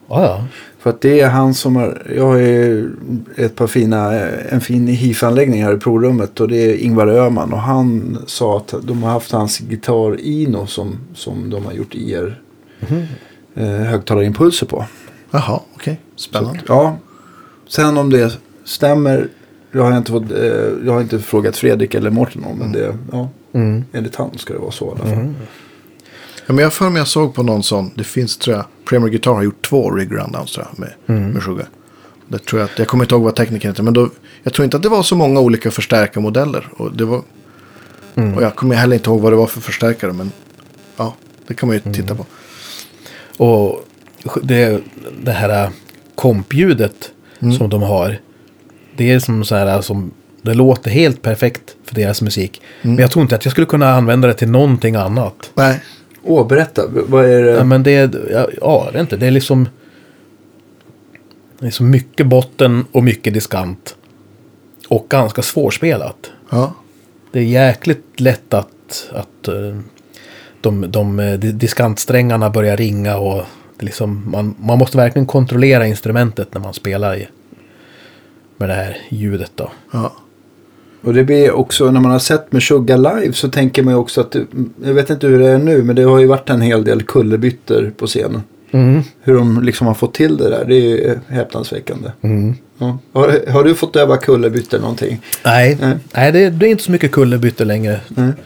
Ja. För att det är han som har... Jag har ju en fin hifanläggning här i provrummet. Och det är Ingvar Öhman. Och han sa att de har haft hans gitarr Ino som de har gjort högtalarimpulser på. Jaha, okej. Spännande. Så, ja. Sen om det stämmer... Jag har inte frågat Fredrik eller Mårten om. Men det, enligt han ska det vara så i alla fall. Ja, men jag såg på någon sån. Det finns, tror jag, Premier Guitar har gjort 2 rig rundowns, tror jag, med Sugar. Det tror jag kommer inte ihåg vad tekniken heter. Men jag tror inte att det var så många olika förstärkarmodeller. Och det var... Och jag kommer heller inte ihåg vad det var för förstärkare. Men ja, det kan man ju titta på. Och det här kompljudet som de har. Det är som så här som... Det låter helt perfekt för deras musik. Men jag tror inte att jag skulle kunna använda det till någonting annat. Nej. Berätta. Vad är det? Ja, men det är... Ja, det är inte. Det är liksom... Det är så mycket botten och mycket diskant. Och ganska svårspelat. Ja. Det är jäkligt lätt att de diskantsträngarna börjar ringa och det är liksom, man måste verkligen kontrollera instrumentet när man spelar med det här ljudet då. Ja. Och det blir också, när man har sett med Sugar live så tänker man ju också att, jag vet inte hur det är nu, men det har ju varit en hel del kullerbyttor på scenen. Hur de liksom har fått till det där, det är ju häpnadsväckande. Ja. Har du fått öva kullerbyttor någonting? Nej, det är inte så mycket kullerbyttor längre.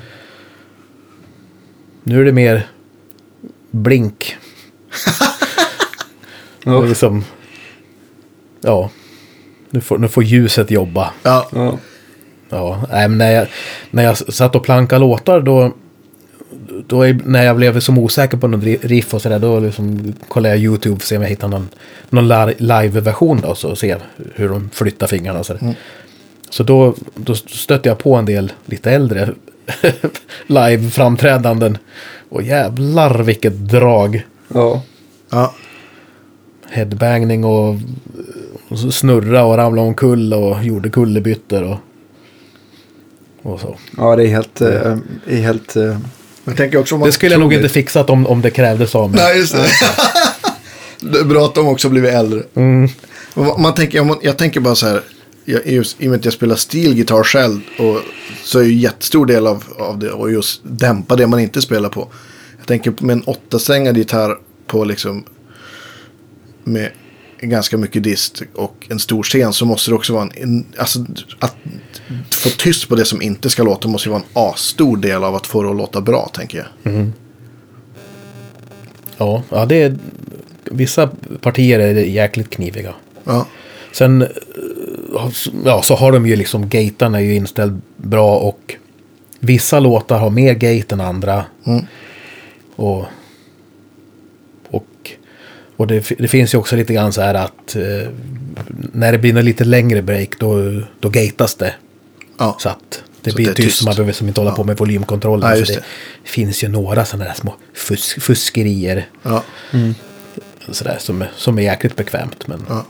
Nu är det mer blink. Det är liksom, nu får ljuset jobba. Ja. Nej, men när jag satt och plankade låtar då när jag blev så osäker på någon riff och sådär, då liksom kollade jag YouTube för att se om jag hittar någon live-version då, så se hur de flyttar fingrarna och sådär. Så då stötte jag på en del lite äldre live-framträdanden och jävlar vilket drag. Ja. Headbangning och snurra och ramla omkull och gjorde kullerbyttor och så. Ja, det är helt Jag tänker också det skulle jag nog inte fixat om det krävdes av mig. Nej, just det. Det är bra att de också blivit äldre. Jag tänker bara så här, i och med att jag spelar stilgitarr själv, och så är ju jättestor del av det och just dämpa det man inte spelar på. Jag tänker med en 8-strängad gitarr på liksom med ganska mycket dist och en stor scen, så måste det också vara alltså att få tyst på det som inte ska låta måste ju vara en asstor del av att få det att låta bra, tänker jag. Ja, det är vissa partier är jäkligt kniviga. Ja. Sen så har de ju liksom gaten är ju inställd bra, och vissa låtar har mer gate än andra. Och det finns ju också lite grann så här att när det blir en lite längre break då gatas det. Ja. Så att det blir tyst. Man behöver som inte hålla på med volymkontrollen. Nej, så det finns ju några sådana där små fuskerier. Ja. Så där, som är jäkligt bekvämt. Men... Ja.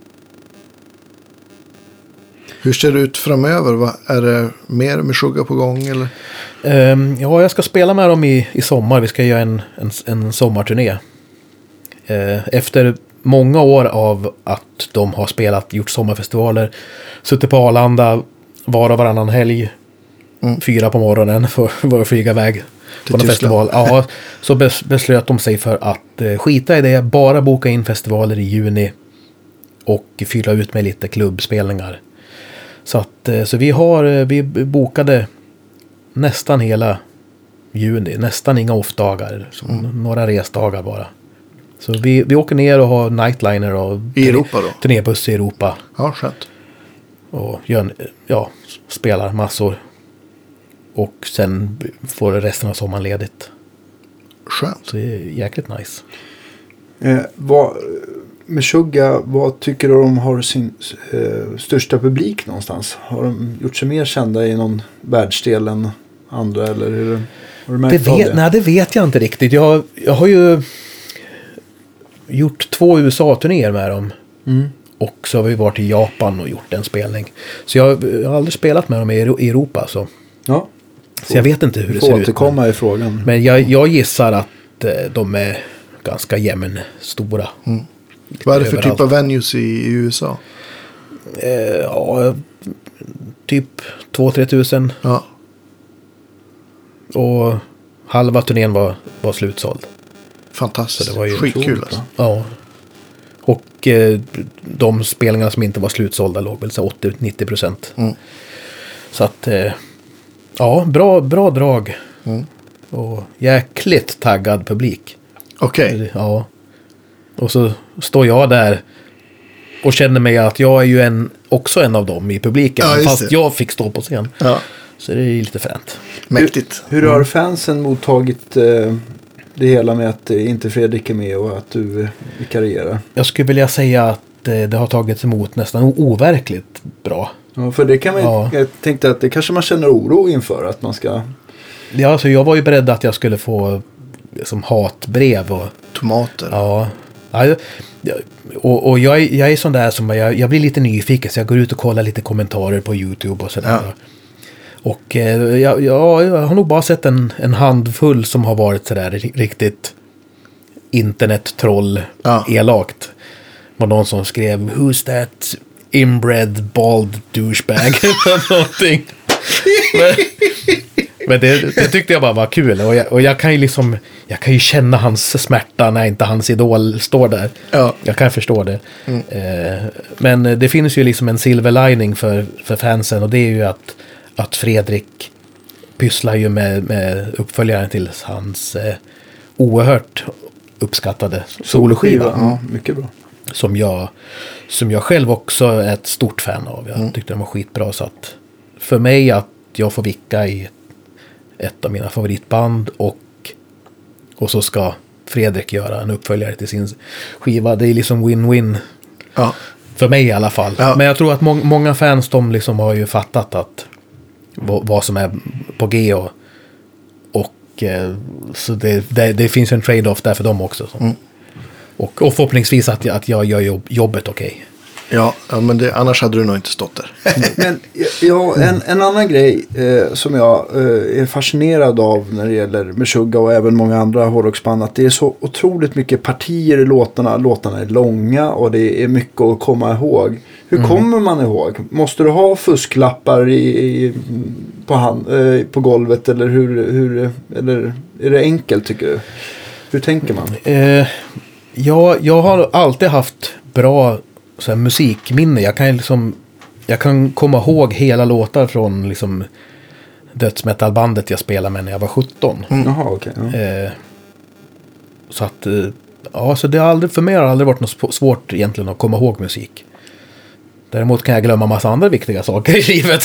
Hur ser det ut framöver? Är det mer med Sugar på gång? Eller? Jag ska spela med dem i sommar. Vi ska göra en sommarturné. Efter många år av att de har gjort sommarfestivaler, suttit på Arlanda var och varannan helg, 4 på morgonen för att flyga iväg på en festival. Ja, så beslöt de sig för att skita i det, bara boka in festivaler i juni och fylla ut med lite klubbspelningar. Så vi bokade nästan hela juni, nästan inga off-dagar, några resdagar bara. Så vi åker ner och har nightliner och i Europa då? Turnébuss i Europa. Ja, skönt. Och spelar massor. Och sen får resten av sommaren ledigt. Skönt. Så det är jäkligt nice. Med Sugar, vad tycker du de har sin största publik någonstans? Har de gjort sig mer kända i någon världsdel än andra? Eller har du märkt det? Nej, det vet jag inte riktigt. Jag har ju gjort 2 USA-turnéer med dem. Och så har vi varit i Japan och gjort en spelning. Så jag har aldrig spelat med dem i Europa. Så jag vet inte hur det ser ut. Återkomma i frågan. Men jag gissar att de är ganska jämnstora. Vad är det för typ av venues i USA? Ja, typ 2-3 tusen. Ja. Och halva turnén var slutsåld. Fantastiskt. Så det var ju skitkul alltså. Ja. Och de spelningarna som inte var slutsålda låg väl så 80-90%. Mm. Så att ja, bra drag. Mm. Och jäkligt taggad publik. Okej. Ja. Och så står jag där och känner mig att jag är ju också en av dem i publiken. Ja, fast det. jag fick stå på scen. Ja. Så det är lite fränt. Mäktigt. Hur har fansen mottagit det hela med att inte Fredrik är med och att du vikarierar? Jag skulle vilja säga att det har tagits emot nästan overkligt bra. Ja, för det kan man jag tänkte att det kanske man känner oro inför att man ska... Ja, så jag var ju beredd att jag skulle få som hatbrev och... Tomater. Ja. Och jag är sån där som jag blir lite nyfiken så jag går ut och kollar lite kommentarer på YouTube och sådär. Ja. Och jag har nog bara sett en handfull som har varit sådär riktigt internettroll elakt. Var någon som skrev Who's that inbred bald douchebag? Någonting. Men det tyckte jag bara var kul. Och jag kan ju liksom jag kan ju känna hans smärta när inte hans idol står där. Ja. Jag kan förstå det. Men det finns ju liksom en silver lining för fansen och det är ju att Fredrik pysslar ju med uppföljaren till hans oerhört uppskattade soloskiva. Ja, mycket bra. Som jag själv också är ett stort fan av. Jag tyckte den var skitbra så att för mig att jag får vicka i ett av mina favoritband och så ska Fredrik göra en uppföljare till sin skiva. Det är liksom win-win. Ja. För mig i alla fall. Ja. Men jag tror att många fans de liksom har ju fattat att vad som är på G och så det finns en trade-off där för dem också. Och förhoppningsvis att jag gör jobbet okej. Ja, men annars hade du nog inte stått där. Men en annan grej som jag är fascinerad av när det gäller Meshuggah och även många andra hårdrocksband, att det är så otroligt mycket partier i låtarna. Låtarna är långa och det är mycket att komma ihåg. Hur kommer man ihåg? Måste du ha fusklappar på golvet eller hur eller är det enkelt tycker du? Hur tänker man? Jag har alltid haft bra så här, musikminne. Jag kan komma ihåg hela låtar från liksom dödsmetalbandet jag spelade med när jag var 17. Jaha, okej. Så att så det har aldrig för mig har aldrig varit något svårt egentligen att komma ihåg musik. Däremot kan jag glömma massa andra viktiga saker i livet.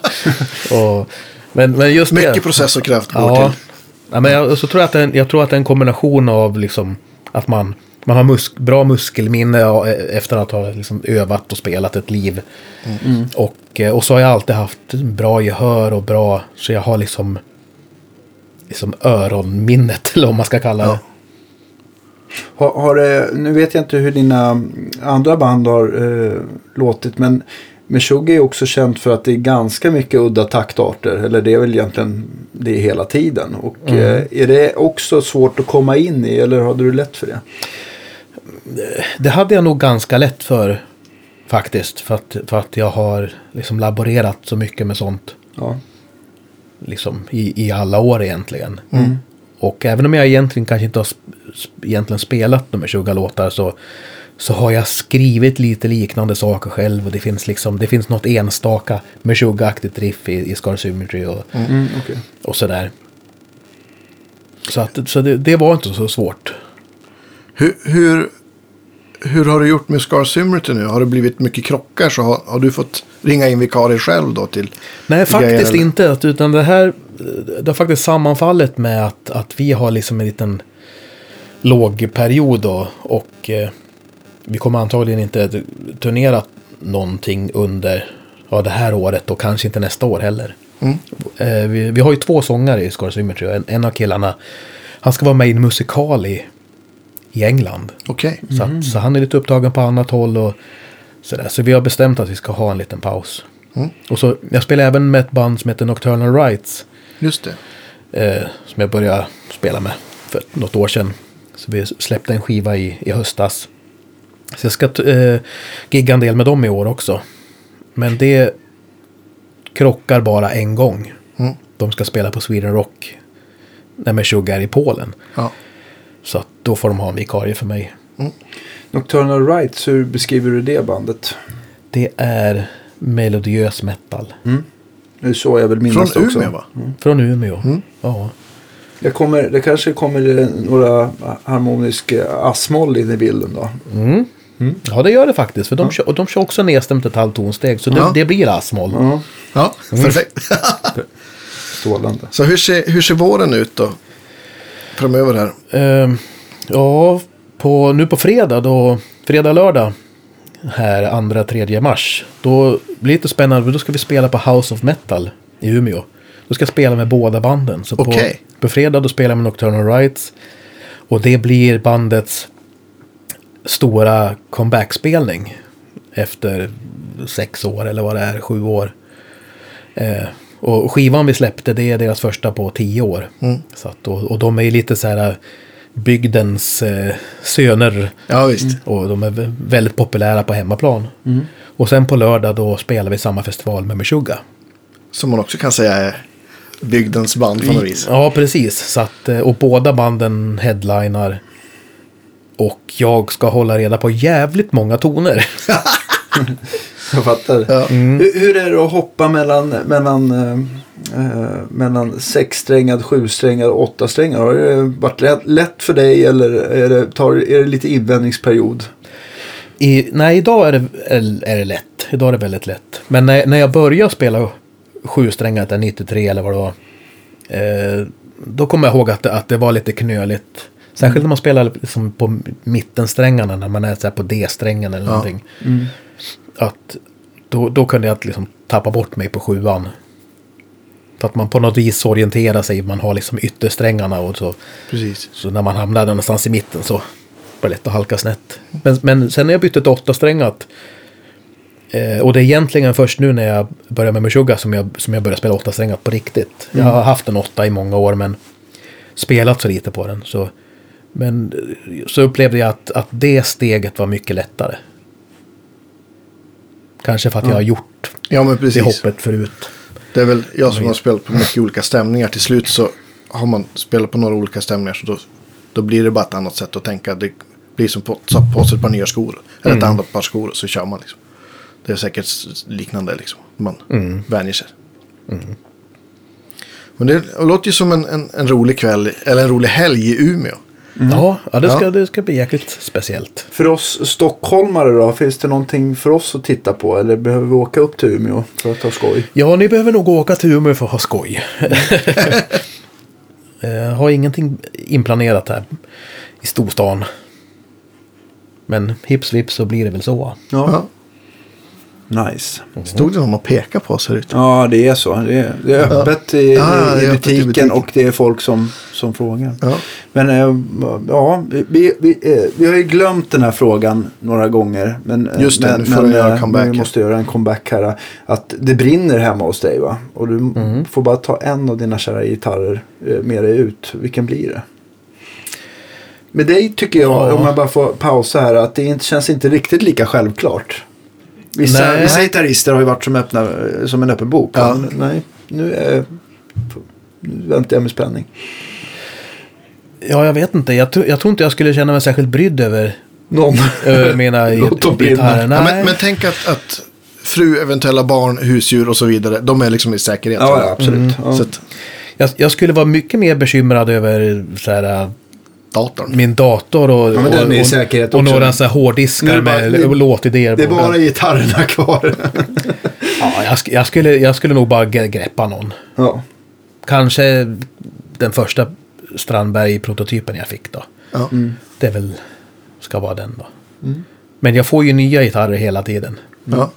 men just mycket det, processorkraft går till. Ja, men jag tror att det är en kombination av liksom att man har bra muskelminne efter att ha liksom övat och spelat ett liv. Och så har jag alltid haft bra gehör och bra, så jag har liksom öronminnet eller vad man ska kalla det. Nu vet jag inte hur dina andra band har låtit, men Meshuggah är också känt för att det är ganska mycket udda taktarter, eller det är väl egentligen det hela tiden. Och är det också svårt att komma in i, eller hade du lätt för det? Det hade jag nog ganska lätt för faktiskt, för att jag har liksom laborerat så mycket med sånt. Ja. Liksom i alla år egentligen. Och även om jag egentligen kanske inte har spelat de här 20 låtar så har jag skrivit lite liknande saker själv, och det finns något enstaka med 20-aktigt riff i Scar Symmetry och sådär. Så det var inte så svårt. Hur har du gjort med Scar Symmetry nu? Har det blivit mycket krockar, så har du fått ringa in vikarier själv då till? Nej, faktiskt inte. Utan det har faktiskt sammanfallit med att vi har liksom en liten låg period då, och vi kommer antagligen inte turnera någonting under det här året och kanske inte nästa år heller. Vi har ju 2 sångare i Scar Symmetry, och en av killarna, han ska vara med i en musikal i England. Okej. Så han är lite upptagen på annat håll och sådär. Så vi har bestämt att vi ska ha en liten paus. Och så, jag spelar även med ett band som heter Nocturnal Rights. Just det. Som jag började spela med för något år sedan. Så vi släppte en skiva i höstas. Så jag ska gigga en del med dem i år också. Men det krockar bara en gång. De ska spela på Sweden Rock när Meshuggah är i Polen. Ja. Så att då får de ha en vikarie för mig. Nocturnal Rites, hur beskriver du det bandet? Det är melodiös metal. Nu så jag väl minnas Från också. Umeå, va? Från Umeå. Ja. Det kanske kommer några harmoniska assmoll in i bilden då. Ja, det gör det faktiskt. För de kör också nedstämt ett halvt tonsteg. Så det blir assmoll. Ja, perfekt. Strålande. Så hur ser våren ut då? Framöver här? Ja, nu på fredag, lördag här 2-3 mars. Då blir det lite spännande, för då ska vi spela på House of Metal i Umeå. Då ska jag spela med båda banden. Så på fredag då spelar jag med Nocturnal Rites. Och det blir bandets stora comeback-spelning efter 6 år eller vad det är, 7 år. Och skivan vi släppte, det är deras första på 10 år. Så att, och de är ju lite så här bygdens söner. Ja, visst. Och de är väldigt populära på hemmaplan. Och sen på lördag då spelar vi samma festival med Meshuggah. Som man också kan säga är bygdens band på något vis. Ja, precis. Så att, och båda banden headlinar. Och jag ska hålla reda på jävligt många toner. Jag fattar. Ja. Hur är det att hoppa mellan 6-strängad, 7-strängad och 8-strängad? Har det varit lätt för dig eller är det lite invändningsperiod? Nej, idag är det lätt. Idag är det väldigt lätt. Men när jag började spela 7-strängat, 93 eller vad det var, då kommer jag ihåg att det var lite knöligt. Särskilt när man spelar liksom på mittensträngarna, när man är så här på D-strängen eller någonting. Att då kunde jag liksom tappa bort mig på 7:an. För att man på något vis orienterar sig. Man har liksom yttersträngarna och så. Precis. Så när man hamnar någonstans i mitten så var det lätt att halka snett. Men sen när jag bytte till 8-strängat, och det är egentligen först nu när jag börjar med Meshuggah som jag börjar spela 8-strängat på riktigt. Jag har haft en 8 i många år, men spelat så lite på den. Så upplevde jag att det steget var mycket lättare. Kanske för att jag har gjort det hoppet förut. Det är väl jag som har spelat på mycket olika stämningar. Till slut så har man spelat på några olika stämningar, så då blir det bara ett annat sätt att tänka. Det blir som på sig ett par nya skor. Eller ett annat par skor, så kör man liksom. Det är säkert liknande liksom. Man vänjer sig. Men det låter ju som en rolig kväll eller en rolig helg i Umeå. Ja, det ska bli jäkligt speciellt. För oss stockholmare då, finns det någonting för oss att titta på? Eller behöver vi åka upp till Umeå för att ha skoj? Ja, ni behöver nog åka till Umeå för att ha skoj. Jag har ingenting inplanerat här i storstan. Men hips vips så blir det väl så. Ja. Nice. Stod det någon och pekade på oss här ute? Ja, det är så. Det är öppet i butiken och det är folk som frågar. Ja. Men vi har ju glömt den här frågan några gånger. Men, just det, men vi måste göra en comeback här. Att det brinner hemma hos dig, va? Och du får bara ta en av dina kära gitarrer med dig ut. Vilken blir det? Med dig tycker jag, om man bara får pausa här, att det känns inte riktigt lika självklart. Vissa gitarrister har ju varit som en öppen bok. Ja. Nej, nu väntar jag med spänning. Ja, jag vet inte. Jag tror inte jag skulle känna mig särskilt brydd över mina gitarrer. Men tänk att fru, eventuella barn, husdjur och så vidare, de är liksom i säkerhet. Ja, absolut. Så att, jag skulle vara mycket mer bekymrad över så här, datorn. Min dator och några så här hårddiskar med låtidéer. Det är bara gitarrerna kvar. Ja, jag skulle nog bara greppa någon. Ja. Kanske den första Strandberg-prototypen jag fick då. Ja. Det är väl ska vara den då. Men jag får ju nya gitarrer hela tiden. Ja.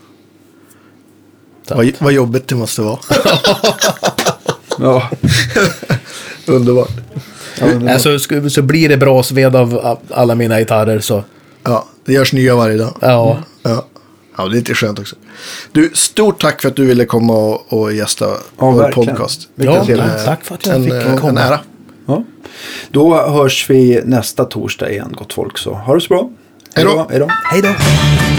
Vad jobbigt det måste vara. Ja. Underbart. Alltså, så blir det bra sved av alla mina gitarrer så. Ja, det görs nya varje dag. Ja, det är lite skönt också. Du, stort tack för att du ville komma och gästa vår podcast. Tack för att jag fick komma. En ära. Ja. Då hörs vi nästa torsdag igen, gott folk. Så ha det så bra. Hej då. Hej då.